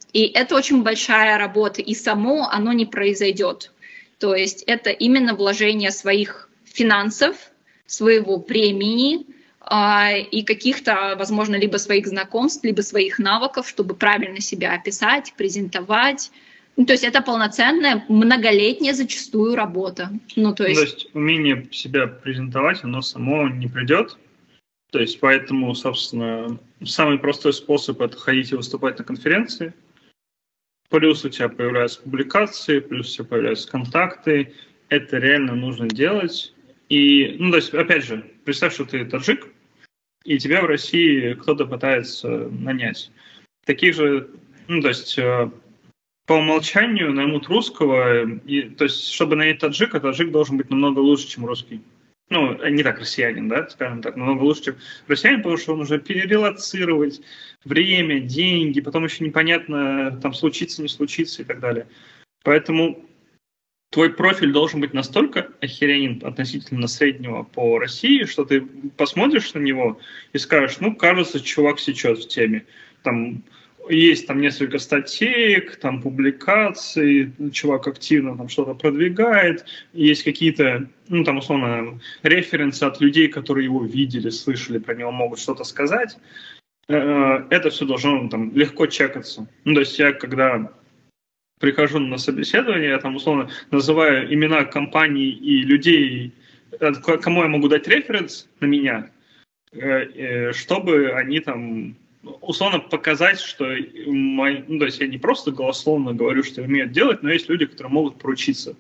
И это очень большая работа, и само оно не произойдет. То есть это именно вложение своих финансов, своего времени и каких-то, возможно, либо своих знакомств, либо своих навыков, чтобы правильно себя описать, презентовать. Ну, то есть это полноценная, многолетняя зачастую работа. То есть умение себя презентовать, оно само не придет. То есть поэтому, собственно, самый простой способ – это ходить и выступать на конференции. Плюс у тебя появляются публикации, плюс у тебя появляются контакты. Это реально нужно делать. И, то есть, опять же, представь, что ты таджик, и тебя в России кто-то пытается нанять. Таких же, то есть, по умолчанию наймут русского, то есть, чтобы нанять таджик должен быть намного лучше, чем русский. Не так россиянин, да, скажем так, намного лучше, чем россиянин, потому что он уже перерелоцировать время, деньги, потом еще непонятно, там, случится, не случится и так далее. Поэтому твой профиль должен быть настолько охеренен относительно среднего по России, что ты посмотришь на него и скажешь, кажется, чувак сечет в теме. Там есть несколько статей, там публикаций, чувак активно там что-то продвигает, есть какие-то, условно, референсы от людей, которые его видели, слышали, про него могут что-то сказать. Это все должно легко чекаться. То есть я, когда прихожу на собеседование, я условно называю имена компаний и людей, кому я могу дать референс на меня, чтобы они условно показать, что то есть я не просто голословно говорю, что умеют делать, но есть люди, которые могут поручиться.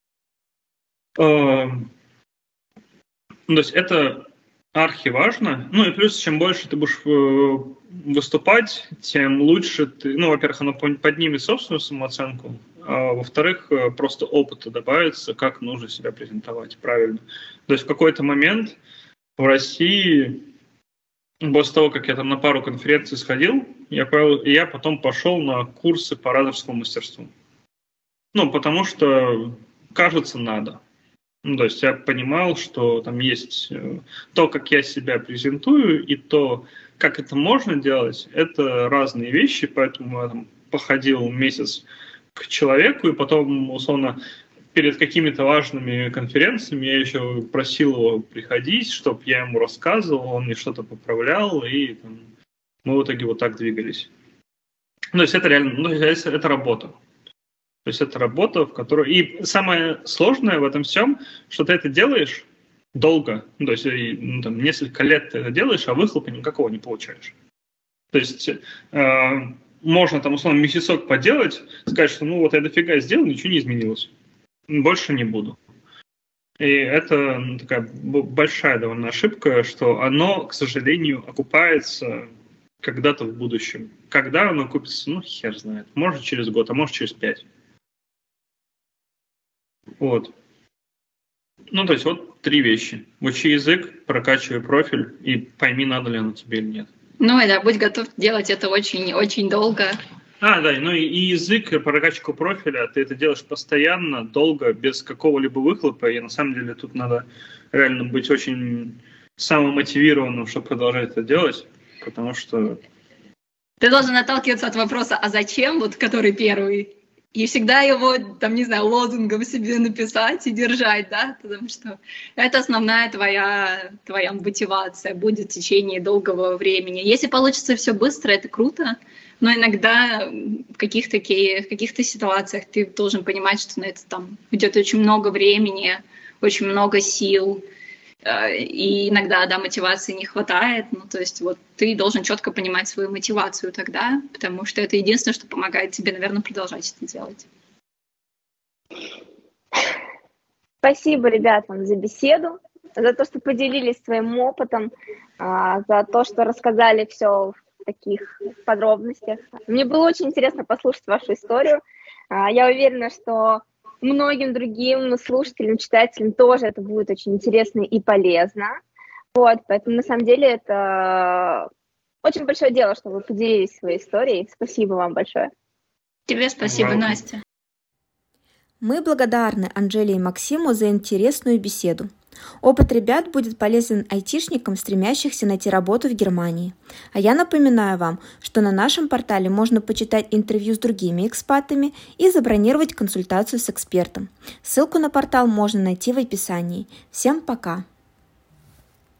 То есть это архиважно. И плюс, чем больше ты будешь выступать, тем лучше ты... во-первых, оно поднимет собственную самооценку, а во-вторых, просто опыта добавится, как нужно себя презентовать правильно. То есть в какой-то момент в России... После того, как я на пару конференций сходил, я потом пошел на курсы по ораторскому мастерству. Потому что, кажется, надо. То есть я понимал, что там есть то, как я себя презентую, и то, как это можно делать, это разные вещи, поэтому я походил месяц к человеку, и потом, условно, перед какими-то важными конференциями я еще просил его приходить, чтобы я ему рассказывал, он мне что-то поправлял, и мы в итоге вот так двигались. То есть это реально, это работа. То есть это работа, в которой... И самое сложное в этом всем, что ты это делаешь долго, то есть несколько лет ты это делаешь, а выхлопа никакого не получаешь. То есть можно условно месяцок поделать, сказать, что я дофига сделал, ничего не изменилось. Больше не буду. И это такая большая довольно ошибка, что оно, к сожалению, окупается когда-то в будущем. Когда оно окупится, хер знает. Может через год, а может через 5. Вот. То есть вот 3 вещи. Учи язык, прокачивай профиль и пойми, надо ли оно тебе или нет. Да, будь готов делать это очень-очень долго. И язык, и прокачку профиля, ты это делаешь постоянно, долго, без какого-либо выхлопа, и на самом деле тут надо реально быть очень самомотивированным, чтобы продолжать это делать, потому что... Ты должен отталкиваться от вопроса «а зачем?», который первый, и всегда его, лозунгом себе написать и держать, да, потому что это основная твоя мотивация будет в течение долгого времени. Если получится все быстро, это круто, но иногда в каких-то ситуациях ты должен понимать, что на это уйдет очень много времени, очень много сил, и иногда, мотивации не хватает. То есть ты должен четко понимать свою мотивацию тогда, потому что это единственное, что помогает тебе, наверное, продолжать это делать. Спасибо, ребят, вам за беседу, за то, что поделились своим опытом, за то, что рассказали все в таких подробностях. Мне было очень интересно послушать вашу историю. Я уверена, что многим другим слушателям, читателям тоже это будет очень интересно и полезно. Поэтому на самом деле это очень большое дело, что вы поделились своей историей. Спасибо вам большое. Тебе спасибо, Настя. Мы благодарны Анжеле и Максиму за интересную беседу. Опыт ребят будет полезен айтишникам, стремящихся найти работу в Германии. А я напоминаю вам, что на нашем портале можно почитать интервью с другими экспатами и забронировать консультацию с экспертом. Ссылку на портал можно найти в описании. Всем пока!